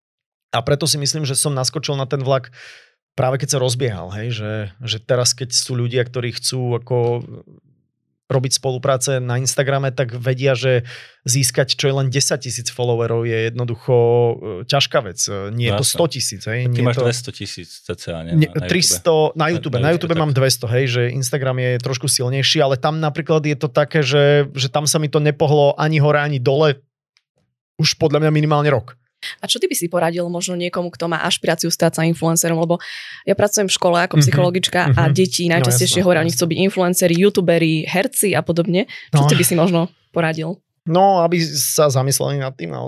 A preto si myslím, že som naskočil na ten vlak práve keď sa rozbiehal. Hej? Že, že teraz, keď sú ľudia, ktorí chcú ako robiť spolupráce na Instagrame, tak vedia, že získať čo je len desaťtisíc followerov je jednoducho ťažká vec. Nie je to stotisíc. Ty máš to... dvestotisíc cca, nie? Na, na tristo na YouTube. Na, na YouTube, na YouTube mám dvesto, hej, že Instagram je trošku silnejší, ale tam napríklad je to také, že, že tam sa mi to nepohlo ani hore, ani dole už podľa mňa minimálne rok. A čo ty by si poradil možno niekomu, kto má ašpiráciu stať sa influencerom? Lebo ja pracujem v škole ako psychologička mm-hmm. a deti najčastejšie no, hovoria, oni chcú byť influenceri, youtuberi, herci a podobne. Čo no. ty by si možno poradil? No, aby sa zamysleli nad tým. Ale...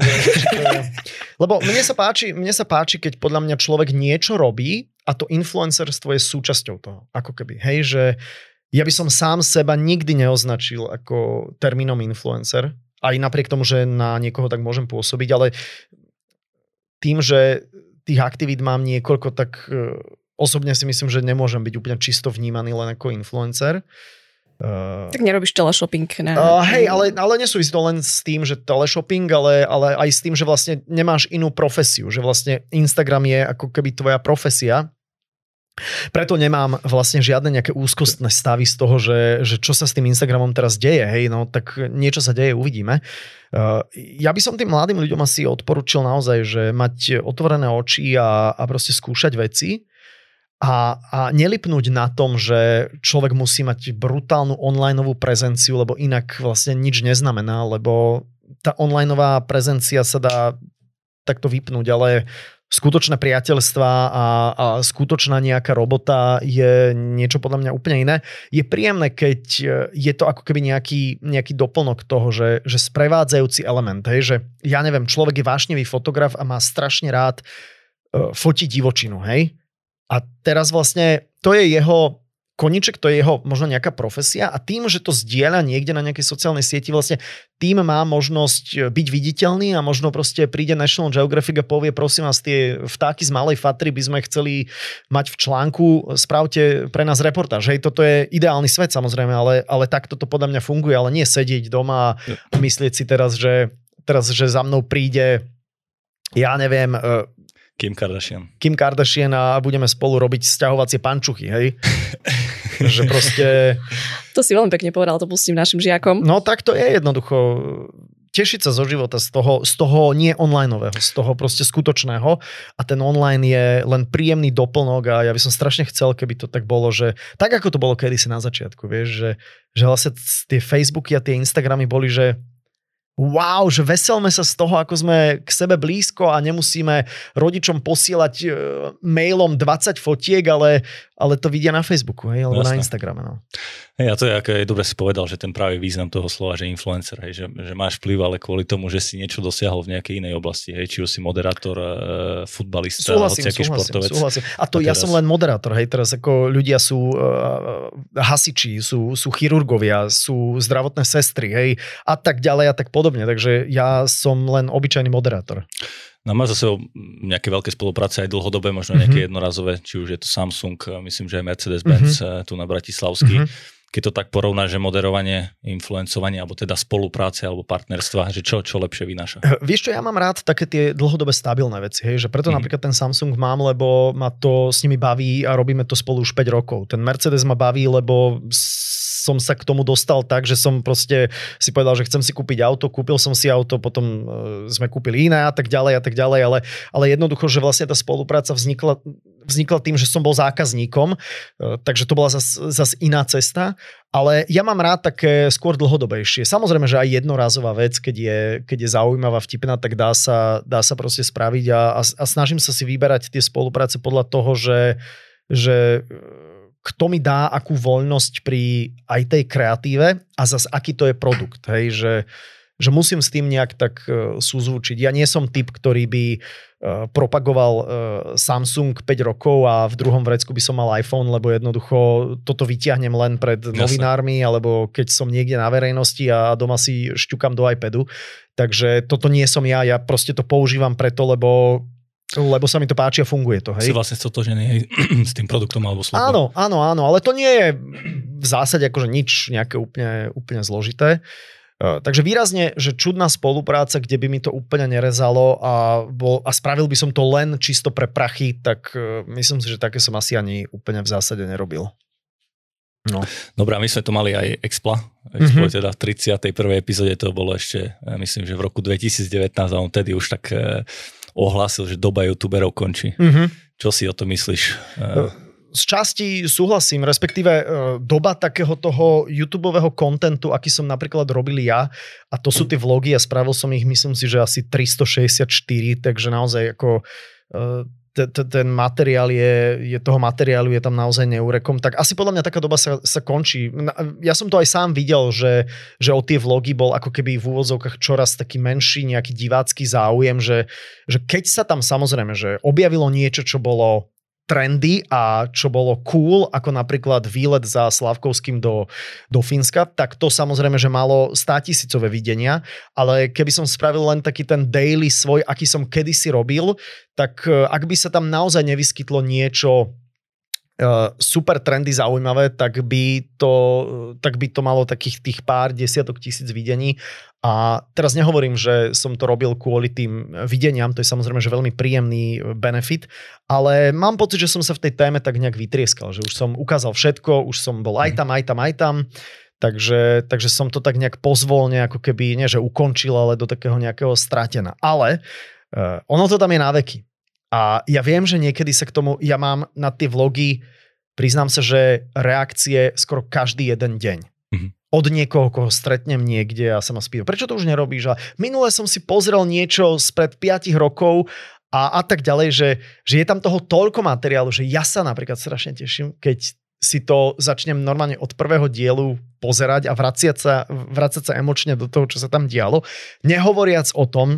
Lebo mne sa, páči, mne sa páči, keď podľa mňa človek niečo robí a to influencerstvo je súčasťou toho. Ako keby, hej, že ja by som sám seba nikdy neoznačil ako termínom influencer. Aj napriek tomu, že na niekoho tak môžem pôsobiť, ale tým, že tých aktivít mám niekoľko, tak osobne si myslím, že nemôžem byť úplne čisto vnímaný len ako influencer. Tak nerobíš teleshopping. Ne? Uh, hej, ale, ale nesúvisí to len s tým, že teleshopping, ale, ale aj s tým, že vlastne nemáš inú profesiu. Že vlastne Instagram je ako keby tvoja profesia. Preto nemám vlastne žiadne nejaké úzkostné stavy z toho, že, že čo sa s tým Instagramom teraz deje, hej, no tak niečo sa deje, uvidíme. Uh, ja by som tým mladým ľuďom asi odporučil naozaj, že mať otvorené oči a, a proste skúšať veci a, a nelipnúť na tom, že človek musí mať brutálnu onlineovú prezenciu, lebo inak vlastne nič neznamená, lebo tá onlineová prezencia sa dá takto vypnúť, ale skutočné priateľstvá a, a skutočná nejaká robota je niečo podľa mňa úplne iné. Je príjemné, keď je to ako keby nejaký, nejaký doplnok toho, že, že sprevádzajúci element, hej, že ja neviem, človek je vášnivý fotograf a má strašne rád uh, fotiť divočinu, hej. A teraz vlastne to je jeho koníček, to je jeho možno nejaká profesia a tým, že to zdieľa niekde na nejakej sociálnej sieti, vlastne tým má možnosť byť viditeľný a možno proste príde National Geographic a povie, prosím vás, tie vtáky z malej Fatry by sme chceli mať v článku, spravte pre nás reportáž. Hej, toto je ideálny svet samozrejme, ale, ale takto to podľa mňa funguje, ale nie sedieť doma a myslieť si teraz, že, teraz, že za mnou príde, ja neviem, Kim Kardashian. Kim Kardashian a budeme spolu robiť sťahovacie pančuchy, hej? Že proste... To si veľmi pekne povedal, to pustím našim žiakom. No tak to je jednoducho tešiť sa zo života z toho, z toho nie onlineového, z toho proste skutočného a ten online je len príjemný doplnok a ja by som strašne chcel, keby to tak bolo, že tak ako to bolo kedysi na začiatku, vieš, že, že vlastne tie Facebooky a tie Instagramy boli, že wow, že veselme sa z toho, ako sme k sebe blízko a nemusíme rodičom posielať e, mailom dvadsať fotiek, ale, ale to vidia na Facebooku, hej, alebo Jasne. Na Instagrame. No. Hej, a to je, ako je dobre si povedal, že ten práve význam toho slova, že influencer, hej, že, že máš vplyv, ale kvôli tomu, že si niečo dosiahol v nejakej inej oblasti, hej, či už si moderátor, e, futbalista, hociaký športovec. Súhlasím. A to a ja teraz... som len moderátor, hej, teraz ako ľudia sú uh, hasiči, sú, sú chirurgovia, sú zdravotné sestry, hej, a tak ďalej a tak podobne, takže ja som len obyčajný moderátor. No má za sebou nejaké veľké spolupráce aj dlhodobé, možno nejaké mm-hmm. jednorazové, či už je to Samsung, myslím, že aj Mercedes-Benz mm-hmm. tu na Bratislavský. Mm-hmm. Keď to tak porovná, že moderovanie, influencovanie, alebo teda spolupráce, alebo partnerstva, že čo, čo lepšie vynáša? Vieš čo, ja mám rád také tie dlhodobé stabilné veci, hej, že preto mm-hmm. napríklad ten Samsung mám, lebo ma to s nimi baví a robíme to spolu už päť rokov. Ten Mercedes ma baví, lebo som sa k tomu dostal tak, že som proste si povedal, že chcem si kúpiť auto, kúpil som si auto, potom sme kúpili iné a tak ďalej a tak ďalej, ale, ale jednoducho, že vlastne tá spolupráca vznikla, vznikla tým, že som bol zákazníkom, takže to bola zase zas iná cesta, ale ja mám rád také skôr dlhodobejšie. Samozrejme, že aj jednorazová vec, keď je, keď je zaujímavá, vtipná, tak dá sa, dá sa proste spraviť a, a, a snažím sa si vyberať tie spolupráce podľa toho, že, že kto mi dá akú voľnosť pri aj tej kreatíve a zase aký to je produkt. Hej? Že, že musím s tým nejak tak uh, súzvučiť. Ja nie som typ, ktorý by uh, propagoval uh, Samsung päť rokov a v druhom vrecku by som mal iPhone, lebo jednoducho toto vyťahnem len pred Jasne. Novinármi, alebo keď som niekde na verejnosti a doma si šťukam do iPadu. Takže toto nie som ja. Ja proste to používam preto, lebo lebo sa mi to páči a funguje to, hej. Si vlastne stotožený s tým produktom alebo službou. Áno, áno, áno, ale to nie je v zásade akože nič nejaké úplne, úplne zložité. Uh, takže výrazne, že čudná spolupráca, kde by mi to úplne nerezalo a, bol, a spravil by som to len čisto pre prachy, tak uh, myslím si, že také som asi ani úplne v zásade nerobil. No. Dobrá, my sme to mali aj Expla. Explo mm-hmm. teda v tridsiatej prvej epizóde to bolo ešte, myslím, že v roku dvetisícdevätnásť a on tedy už tak ohlásil, že doba youtuberov končí. Mm-hmm. Čo si o to myslíš? Z časti súhlasím, respektíve doba takého toho YouTubeového kontentu, aký som napríklad robil ja, a to sú tie vlogy a spravil som ich, myslím si, že asi tristošesťdesiatštyri, takže naozaj ako ten materiál je, je, toho materiálu je tam naozaj neurekom, tak asi podľa mňa taká doba sa, sa končí. Ja som to aj sám videl, že, že o tie vlogy bol ako keby v úvodzovkách čoraz taký menší nejaký divácky záujem, že, že keď sa tam samozrejme, že objavilo niečo, čo bolo trendy a čo bolo cool, ako napríklad výlet za Slavkovským do, do Fínska, tak to samozrejme, že malo státisícové videnia, ale keby som spravil len taký ten daily svoj, aký som kedysi robil, tak ak by sa tam naozaj nevyskytlo niečo Uh, super trendy zaujímavé, tak by, to, tak by to malo takých tých pár desiatok tisíc videní. A teraz nehovorím, že som to robil kvôli tým videniam, to je samozrejme, že veľmi príjemný benefit, ale mám pocit, že som sa v tej téme tak nejak vytrieskal, že už som ukázal všetko, už som bol aj tam, aj tam, aj tam, takže, takže som to tak nejak pozvolne, ako keby, nie že ukončil, ale do takého nejakého stratená. Ale uh, ono to tam je na veky. A ja viem, že niekedy sa k tomu, ja mám na tie vlogy, priznám sa, že reakcie skoro každý jeden deň. Mm-hmm. Od niekoho, koho stretnem niekde a sa ma spýtam, prečo to už nerobíš? A minule som si pozrel niečo spred piatich rokov a, a tak ďalej, že, že je tam toho toľko materiálu, že ja sa napríklad strašne teším, keď si to začnem normálne od prvého dielu pozerať a vraciať sa, vraciať sa emočne do toho, čo sa tam dialo. Nehovoriac o tom,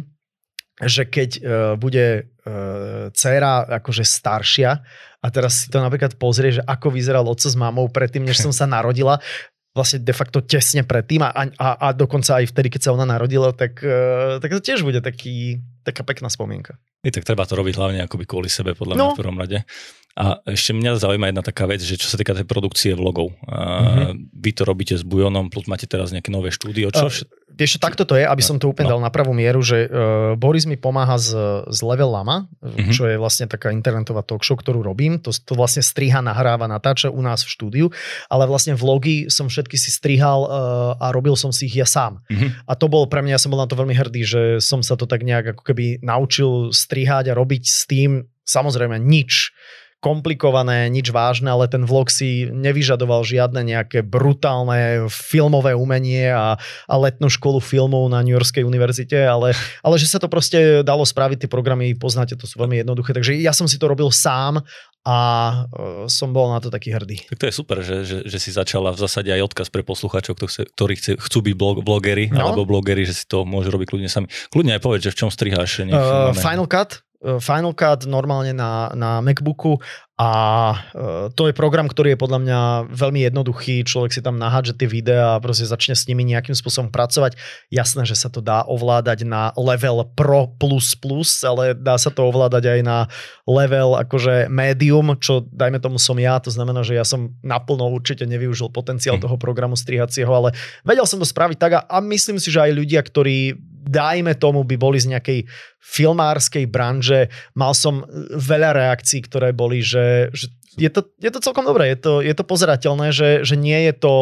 že keď uh, bude uh, dcéra akože staršia a teraz si to napríklad pozrie, že ako vyzeral otco s mamou predtým, než som sa narodila, vlastne de facto tesne predtým a, a, a dokonca aj vtedy, keď sa ona narodila, tak, uh, tak to tiež bude taký, taká pekná spomienka. I tak treba to robiť hlavne akoby kvôli sebe, podľa mňa no. v prvom rade. A ešte mňa zaujíma jedna taká vec, že čo sa týka tej produkcie vlogov. Mm-hmm. Vy to robíte s Bujonom, plus máte teraz nejaké nové štúdio. Čo? Uh, vieš, takto to je, aby som to úplne no. dal na pravú mieru, že uh, Boris mi pomáha z, z Level Lama, mm-hmm. čo je vlastne taká internetová talk show, ktorú robím. To, to vlastne striha, nahráva, natáča u nás v štúdiu, ale vlastne vlogy som všetky si strihal uh, a robil som si ich ja sám. Mm-hmm. A to bol pre mňa, ja som bol na to veľmi hrdý, že som sa to tak nejak ako keby naučil strihať a robiť s tým samozrejme nič komplikované, nič vážne, ale ten vlog si nevyžadoval žiadne nejaké brutálne filmové umenie a, a letnú školu filmov na New Yorkskej univerzite, ale, ale že sa to proste dalo spraviť, tie programy, poznáte, to sú veľmi jednoduché, takže ja som si to robil sám a uh, som bol na to taký hrdý. Tak to je super, že, že, že si začala v zásade aj odkaz pre poslucháčov, ktorí chce, chcú byť blog, blogeri no. alebo blogeri, že si to môžu robiť kľudne sami. Kľudne aj povedz, že v čom striháš. Uh, Final Cut. Final Cut normálne na, na MacBooku a uh, to je program, ktorý je podľa mňa veľmi jednoduchý, človek si tam nahádže tie videá a proste začne s nimi nejakým spôsobom pracovať. Jasné, že sa to dá ovládať na level Pro plus plus, ale dá sa to ovládať aj na level akože medium, čo dajme tomu som ja, to znamená, že ja som naplno určite nevyužil potenciál toho programu strihacieho, ale vedel som to spraviť tak a, a myslím si, že aj ľudia, ktorí dajme tomu, by boli z nejakej filmárskej branže. Mal som veľa reakcií, ktoré boli, že, že je, to, je to celkom dobré, je to, je to pozerateľné, že, že nie je to,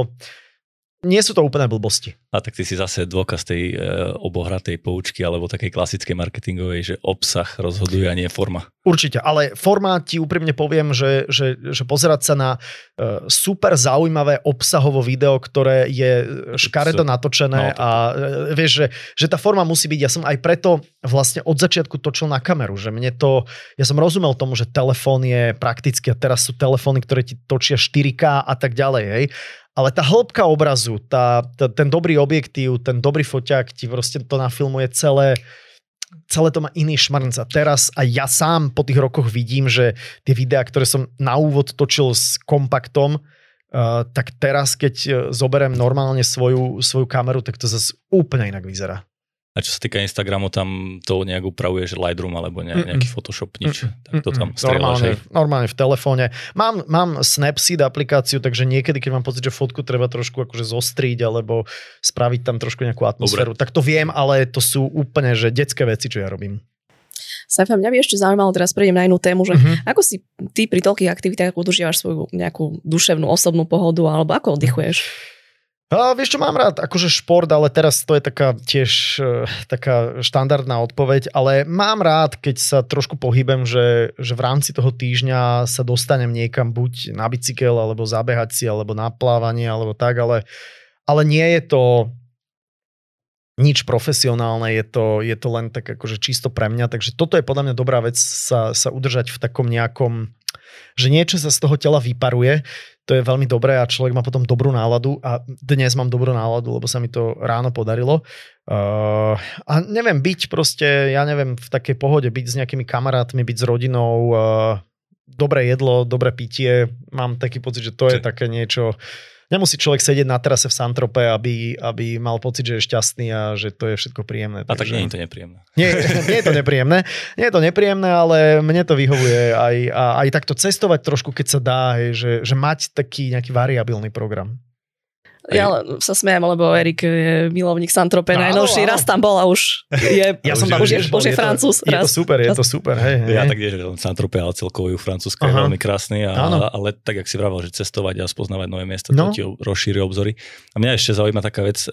nie sú to úplné blbosti. A tak ty si zase dôkaz tej e, obohratej poučky alebo takej klasickej marketingovej, že obsah rozhoduje a nie forma. Určite, ale forma ti úprimne poviem, že, že, že pozerať sa na e, super zaujímavé obsahovo video, ktoré je škaredo natočené no, a e, vieš, že, že tá forma musí byť, ja som aj preto vlastne od začiatku točil na kameru, že mne to, ja som rozumel tomu, že telefón je praktický a teraz sú telefóny, ktoré ti točia štyri ká a tak ďalej, hej. Ale tá hĺbka obrazu, tá, tá, ten dobrý objektív, ten dobrý foťák ti proste to nafilmuje celé, celé to má iný šmrnc. A teraz aj ja sám po tých rokoch vidím, že tie videá, ktoré som na úvod točil s kompaktom, uh, tak teraz, keď zoberiem normálne svoju, svoju kameru, tak to zase úplne inak vyzerá. A čo sa týka Instagramu, tam to nejak upravuje, že Lightroom alebo ne, nejaký Photoshop, nič. Mm-mm. Tak to tam strieľaš. Normálne, normálne v telefóne. Mám, mám Snapseed aplikáciu, takže niekedy, keď mám pocit, že fotku treba trošku akože zostriť alebo spraviť tam trošku nejakú atmosféru, Dobre. Tak to viem, ale to sú úplne že detské veci, čo ja robím. Saifa, mňa by ešte zaujímalo, teraz prejdem na inú tému, že uh-huh. ako si ty pri toľkých aktivitách udržiavaš svoju nejakú duševnú, osobnú pohodu alebo ako oddychuješ? A vieš čo, mám rád akože šport, ale teraz to je taká tiež uh, taká štandardná odpoveď, ale mám rád, keď sa trošku pohybem, že, že v rámci toho týždňa sa dostanem niekam buď na bicykel, alebo zabehať si, alebo na plávanie, alebo tak, ale, ale nie je to nič profesionálne, je to, je to len tak akože čisto pre mňa, takže toto je podľa mňa dobrá vec sa, sa udržať v takom nejakom, že niečo sa z toho tela vyparuje. To je veľmi dobré a človek má potom dobrú náladu a dnes mám dobrú náladu, lebo sa mi to ráno podarilo. Uh, a neviem, byť proste, ja neviem, v takej pohode, byť s nejakými kamarátmi, byť s rodinou, uh, dobré jedlo, dobré pitie. Mám taký pocit, že to je také niečo. Nemusí človek sedieť na terase v Saint-Tropez, aby, aby mal pocit, že je šťastný a že to je všetko príjemné. A tak nie je to nepríjemné. Nie, nie je to nepríjemné. Nie je to nepríjemné, ale mne to vyhovuje aj, aj takto cestovať trošku, keď sa dá, hej, že, že mať taký nejaký variabilný program. Ja sa smejem, lebo Erik je milovník Saint-Tropez najnovší. Raz tam bol a už je, ja som tam už, je, už je Francúz. Je to super, je to super. Hej, hej. Ja tak vieš, že Saint-Tropez, ale celkovo Francúzska je veľmi krásny. A, ale tak, jak si vravel, že cestovať a spoznávať nové miesta, no. To ti rozšíri obzory. A mňa ešte zaujíma taká vec,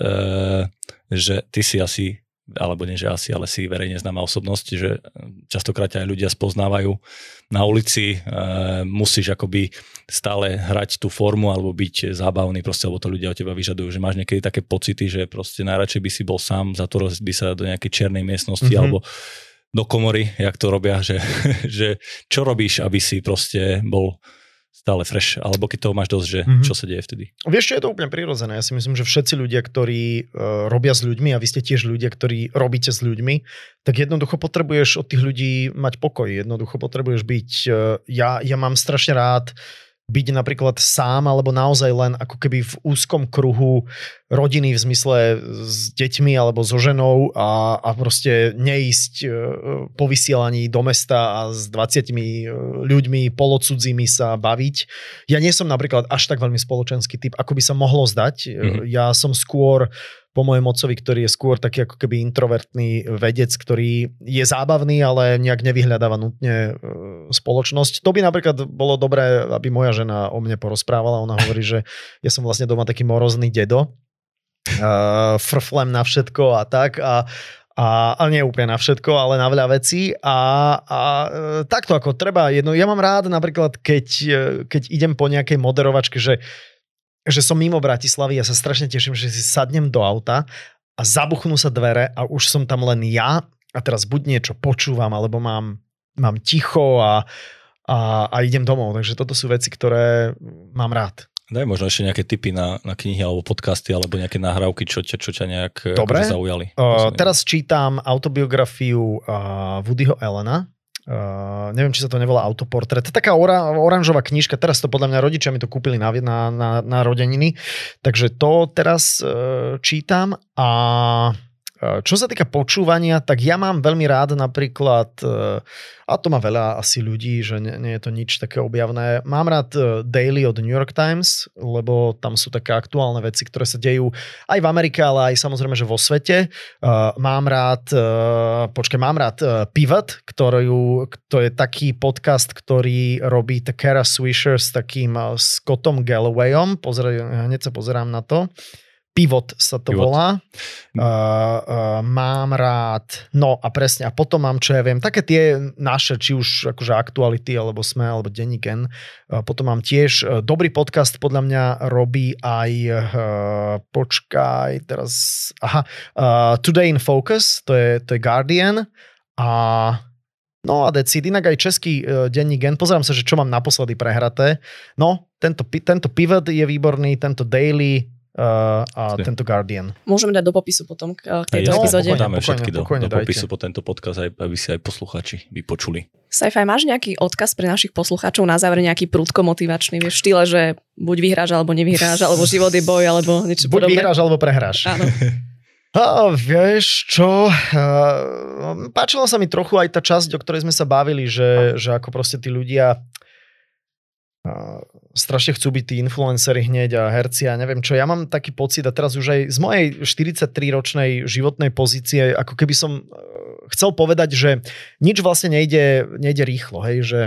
že ty si asi, alebo nie, že asi, ale si verejne známa osobnosť, že častokrát aj ľudia spoznávajú na ulici, e, musíš akoby stále hrať tú formu alebo byť zábavný, proste, lebo to ľudia od teba vyžadujú, že máš niekedy také pocity, že proste najradšej by si bol sám, zatvoril by sa do nejakej čiernej miestnosti mm-hmm. alebo do komory, jak to robia, že, že čo robíš, aby si proste bol stále fresh, alebo keď toho máš dosť, že mm-hmm. čo sa deje vtedy? Vieš, čo je to úplne prirodzené. Ja si myslím, že všetci ľudia, ktorí uh, robia s ľuďmi, a vy ste tiež ľudia, ktorí robíte s ľuďmi, tak jednoducho potrebuješ od tých ľudí mať pokoj. Jednoducho potrebuješ byť... Uh, ja, ja mám strašne rád byť napríklad sám, alebo naozaj len ako keby v úzkom kruhu rodiny v zmysle s deťmi alebo so ženou a, a proste neísť po vysielaní do mesta a s dvadsiatimi ľuďmi polocudzími sa baviť. Ja nie som napríklad až tak veľmi spoločenský typ, ako by sa mohlo zdať. Mm-hmm. Ja som skôr po mojom otcovi, ktorý je skôr taký ako keby introvertný vedec, ktorý je zábavný, ale nejak nevyhľadáva nutne spoločnosť. To by napríklad bolo dobré, aby moja žena o mne porozprávala. Ona hovorí, že ja som vlastne doma taký morozný dedo. Uh, frflem na všetko a tak. A, A, a nie úplne na všetko, ale na veľa vecí. A, a takto ako treba jedno. Ja mám rád napríklad, keď, keď idem po nejakej moderovačke, že, že som mimo Bratislavy, ja sa strašne teším, že si sadnem do auta a zabuchnú sa dvere a už som tam len ja a teraz buď niečo počúvam, alebo mám, mám ticho a, a, a idem domov. Takže toto sú veci, ktoré mám rád. Daj možno ešte nejaké tipy na, na knihy alebo podcasty alebo nejaké nahrávky, čo ťa, čo ťa nejak Dobre. Akože zaujali. Uh, teraz čítam autobiografiu uh, Woodyho Allena. Uh, neviem, či sa to nevolá Autoportrét. To je taká ora, oranžová knižka. Teraz to podľa mňa rodičia mi to kúpili na, na, na, na rodeniny. Takže to teraz uh, čítam. A čo sa týka počúvania, tak ja mám veľmi rád napríklad, a to má veľa asi ľudí, že nie, nie je to nič také objavné, mám rád Daily od New York Times, lebo tam sú také aktuálne veci, ktoré sa dejú aj v Amerike, ale aj samozrejme, že vo svete. Mám rád, počkaj, mám rád Pivot, ktorý, to je taký podcast, ktorý robí Kara Swisher s takým Scottom Gallowayom. Pozeraj, hneď sa pozerám na to. Pivot sa to Pivot. volá. Uh, uh, mám rád, no a presne, a potom mám, čo ja viem, také tie naše, či už akože Aktuality, alebo Sme, alebo Denník N. Uh, potom mám tiež uh, dobrý podcast, podľa mňa robí aj, uh, počkaj, teraz, aha, uh, Today in Focus, to je, to je Guardian. A no a decid, inak aj český uh, Denník N. Pozerám sa, že čo mám naposledy prehraté. No, tento, tento Pivot je výborný, tento Daily, Uh, a Ste. tento Guardian. Môžeme dať do popisu potom k tejto no, epizóde. Dáme všetky do, do popisu po tento podcast, aby si aj poslucháči vypočuli. Sci-Fi, máš nejaký odkaz pre našich poslucháčov na záver, nejaký prudko motivačný, vieš, v štýle, že buď vyhráš, alebo nevyhráš, alebo život je boj, alebo niečo buď podobné. Buď vyhráš, alebo prehráš. Áno. A vieš čo, páčila sa mi trochu aj tá časť, o ktorej sme sa bavili, že, že ako proste tí ľudia strašne chcú byť tí influenceri hneď a herci a neviem čo. Ja mám taký pocit a teraz už aj z mojej štyridsaťtriročnej životnej pozície, ako keby som chcel povedať, že nič vlastne nejde, nejde rýchlo, hej, že,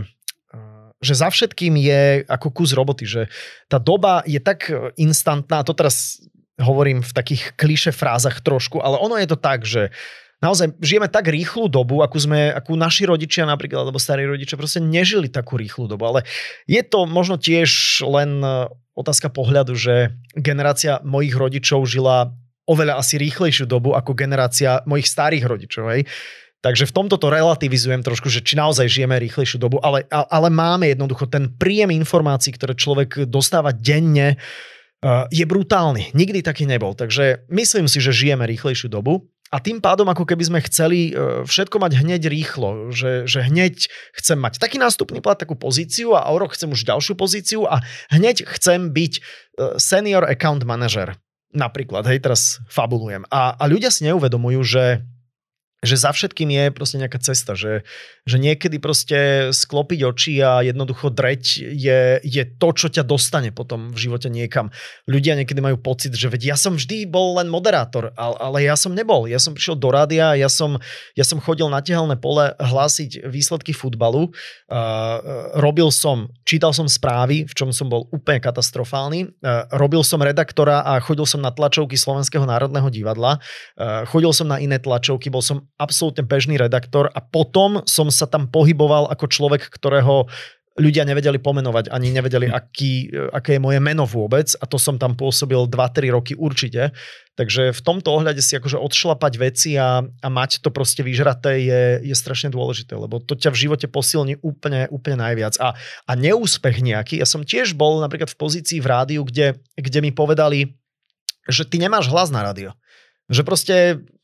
že za všetkým je ako kus roboty, že tá doba je tak instantná, to teraz hovorím v takých klišé frázach trošku, ale ono je to tak, že naozaj žijeme tak rýchlu dobu, akú sme, akú naši rodičia napríklad, alebo starí rodičia proste nežili takú rýchlu dobu, ale je to možno tiež len otázka pohľadu, že generácia mojich rodičov žila oveľa asi rýchlejšiu dobu ako generácia mojich starých rodičov, hej. Takže v tomto to relativizujem trošku, že či naozaj žijeme rýchlejšiu dobu, ale, ale máme jednoducho ten príjem informácií, ktoré človek dostáva denne, je brutálny. Nikdy taký nebol. Takže myslím si, že žijeme rýchlejšiu dobu. A tým pádom, ako keby sme chceli všetko mať hneď rýchlo, že, že hneď chcem mať taký nástupný plat, takú pozíciu a o rok chcem už ďalšiu pozíciu a hneď chcem byť senior account manager. Napríklad, hej, teraz fabulujem. A, a ľudia si neuvedomujú, že že za všetkým je proste nejaká cesta, že, že niekedy proste sklopiť oči a jednoducho dreť je, je to, čo ťa dostane potom v živote niekam. Ľudia niekedy majú pocit, že veď ja som vždy bol len moderátor, ale, ale ja som nebol. Ja som prišiel do rádia, ja som, ja som chodil na tehelné pole hlásiť výsledky futbalu, uh, robil som, čítal som správy, v čom som bol úplne katastrofálny, uh, robil som redaktora a chodil som na tlačovky Slovenského národného divadla, uh, chodil som na iné tlačovky, bol som absolútne bežný redaktor a potom som sa tam pohyboval ako človek, ktorého ľudia nevedeli pomenovať, ani nevedeli, aký, aké je moje meno vôbec a to som tam pôsobil dva tri roky určite. Takže v tomto ohľade si akože odšlapať veci a, a mať to proste vyžraté je, je strašne dôležité, lebo to ťa v živote posilní úplne, úplne najviac. A, a neúspech nejaký, ja som tiež bol napríklad v pozícii v rádiu, kde, kde mi povedali, že ty nemáš hlas na rádio. Že proste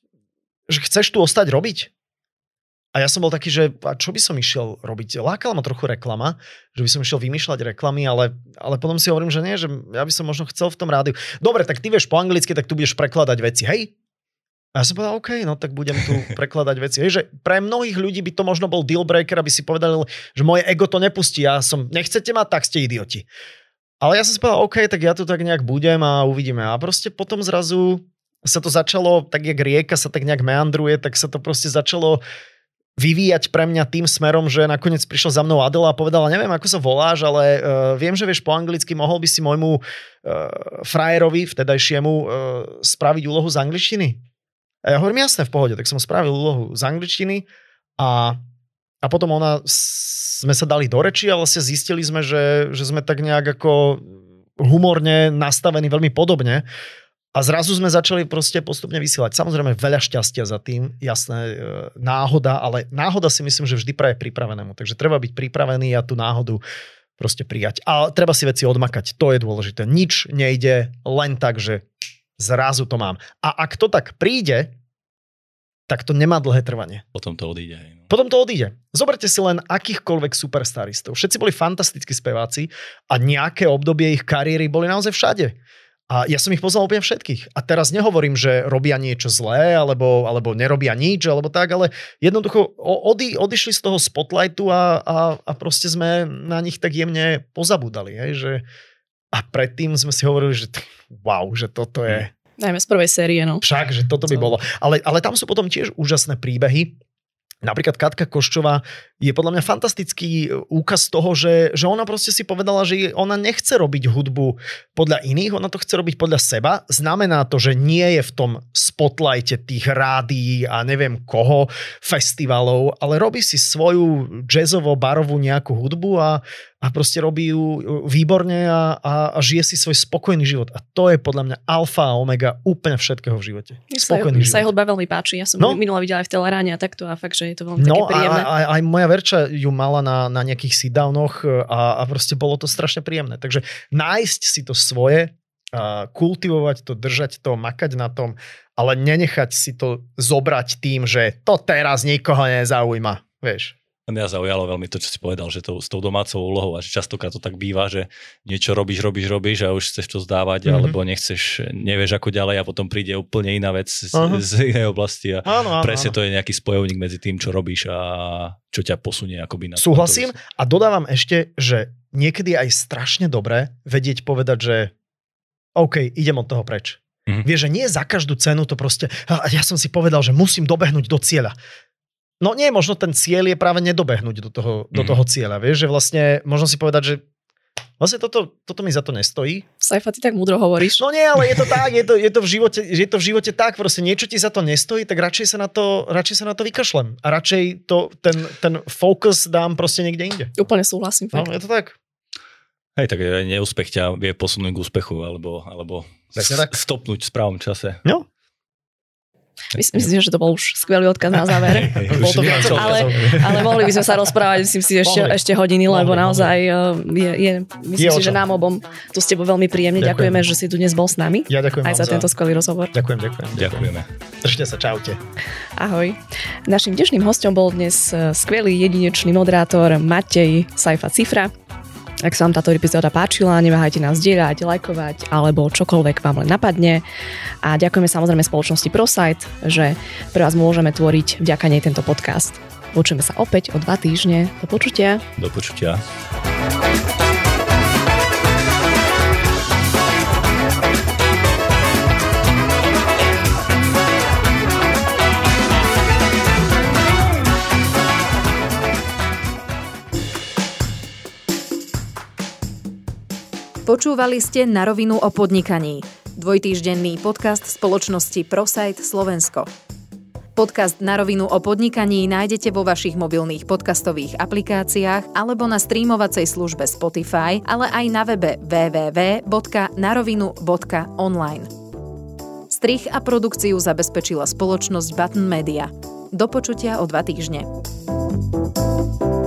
že chceš tu ostať robiť? A ja som bol taký, že a čo by som išiel robiť? Lákala ma trochu reklama, že by som išiel vymýšľať reklamy, ale, ale potom si hovorím, že nie, že ja by som možno chcel v tom rádiu. Dobre, tak ty vieš po anglicky, tak tu budeš prekladať veci, hej? A ja som povedal, OK, no tak budem tu prekladať veci. Hej, že pre mnohých ľudí by to možno bol deal breaker, aby si povedali, že moje ego to nepustí, ja som, nechcete ma, tak ste idioti. Ale ja som si povedal, OK, tak ja tu tak nejak budem a uvidíme. A proste potom zrazu sa to začalo, tak jak rieka sa tak nejak meandruje, tak sa to proste začalo vyvíjať pre mňa tým smerom, že nakoniec prišla za mnou Adela a povedala, neviem, ako sa voláš, ale uh, viem, že vieš po anglicky, mohol by si môjmu uh, frajerovi, vtedajšiemu, uh, spraviť úlohu z angličtiny? A ja hovorím, jasné, v pohode. Tak som spravil úlohu z angličtiny a, a potom ona, sme sa dali do reči a vlastne zistili sme, že, že sme tak nejak ako humorne nastavení veľmi podobne. A zrazu sme začali proste postupne vysielať. Samozrejme veľa šťastia za tým, jasné, náhoda, ale náhoda si myslím, že vždy praje pripravenému. Takže treba byť pripravený a tú náhodu proste prijať. A treba si veci odmakať, to je dôležité. Nič nejde len tak, že zrazu to mám. A ak to tak príde, tak to nemá dlhé trvanie. Potom to odíde. No. Potom to odíde. Zoberte si len akýchkoľvek superstaristov. Všetci boli fantastickí speváci a nejaké obdobie ich kariéry boli naozaj všade. A ja som ich poznal úplne všetkých. A teraz nehovorím, že robia niečo zlé, alebo, alebo nerobia nič, alebo tak, ale jednoducho odi, odišli z toho spotlightu a, a, a proste sme na nich tak jemne pozabudali. Hej, že... A predtým sme si hovorili, že wow, že toto je... Najmä z prvej série, no. Však, že toto by bolo. Ale, ale tam sú potom tiež úžasné príbehy. Napríklad Katka Koščová je podľa mňa fantastický úkaz toho, že, že ona proste si povedala, že ona nechce robiť hudbu podľa iných, ona to chce robiť podľa seba. Znamená to, že nie je v tom spotlighte tých rádií a neviem koho, festivalov, ale robí si svoju jazzovo-barovú nejakú hudbu a, a proste robí ju výborne a, a, a žije si svoj spokojný život. A to je podľa mňa alfa a omega úplne všetkého v živote. Spokojný sa, život. Sa jej hudba veľmi páči. Ja som no. minula videla aj v Teleráne a takto a fakt, že je to veľmi no, také príjemné. No a aj moja Verča ju mala na, na nejakých sit-downoch a, a proste bolo to strašne príjemné. Takže nájsť si to svoje, a kultivovať to, držať to, makať na tom, ale nenechať si to zobrať tým, že to teraz nikoho nezaujíma. Vieš. Mňa zaujalo veľmi to, čo si povedal, že to s tou domácou úlohou a že častokrát to tak býva, že niečo robíš, robíš, robíš a už chceš to zdávať, mm-hmm. alebo nechceš, nevieš ako ďalej a potom príde úplne iná vec z, uh-huh. z inej oblasti a áno, áno, presne áno. To je nejaký spojovník medzi tým, čo robíš a čo ťa posunie akoby na to. Súhlasím a dodávam ešte, že niekedy je aj strašne dobré vedieť povedať, že OK, idem od toho preč. Mm-hmm. Vieš, že nie za každú cenu to proste, ja som si povedal, že musím dobehnúť do cieľa. No nie, možno ten cieľ je práve nedobehnúť do toho, mm. do toho cieľa, vieš, že vlastne možno si povedať, že vlastne toto, toto mi za to nestojí. Saifa, ty tak múdro hovoríš. No nie, ale je to tak, je to, je to, v, živote, je to v živote tak, proste niečo ti za to nestojí, tak radšej sa na to, radšej sa na to vykašlem a radšej to, ten, ten focus dám proste niekde inde. Úplne súhlasím. Fakt. No, je to tak. Hej, tak neúspech ťa vie posunúť k úspechu, alebo, alebo tak. stopnúť v správnom čase. No. Myslím si, že to bol už skvelý odkaz na záver. Bol to viac ale, ale mohli by sme sa rozprávať, myslím si, ešte, ešte hodiny, mohli, lebo mohli. naozaj je, je myslím je si, že nám obom tu s tebou veľmi príjemne. Ďakujem. Ďakujeme, že si tu dnes bol s nami. Ja ďakujem aj za, za tento skvelý rozhovor. Ďakujem, ďakujem. Ďakujeme. Držte sa, čaute. Ahoj. Naším dnešným hosťom bol dnes skvelý jedinečný moderátor Matej Saifa Cifra. Ak sa vám táto epizóda páčila, neváhajte nás zdieľať, lajkovať alebo čokoľvek vám len napadne. A ďakujeme samozrejme spoločnosti ProSite, že pre vás môžeme tvoriť vďaka nej tento podcast. Počujeme sa opäť o dva týždne. Do počutia. Do počutia. Počúvali ste Na rovinu o podnikaní. Dvojtýždenný podcast spoločnosti ProSite Slovensko. Podcast Na rovinu o podnikaní nájdete vo vašich mobilných podcastových aplikáciách alebo na streamovacej službe Spotify, ale aj na webe w w w bodka narovinu bodka online. Strih a produkciu zabezpečila spoločnosť Button Media. Do počutia o dva týždne.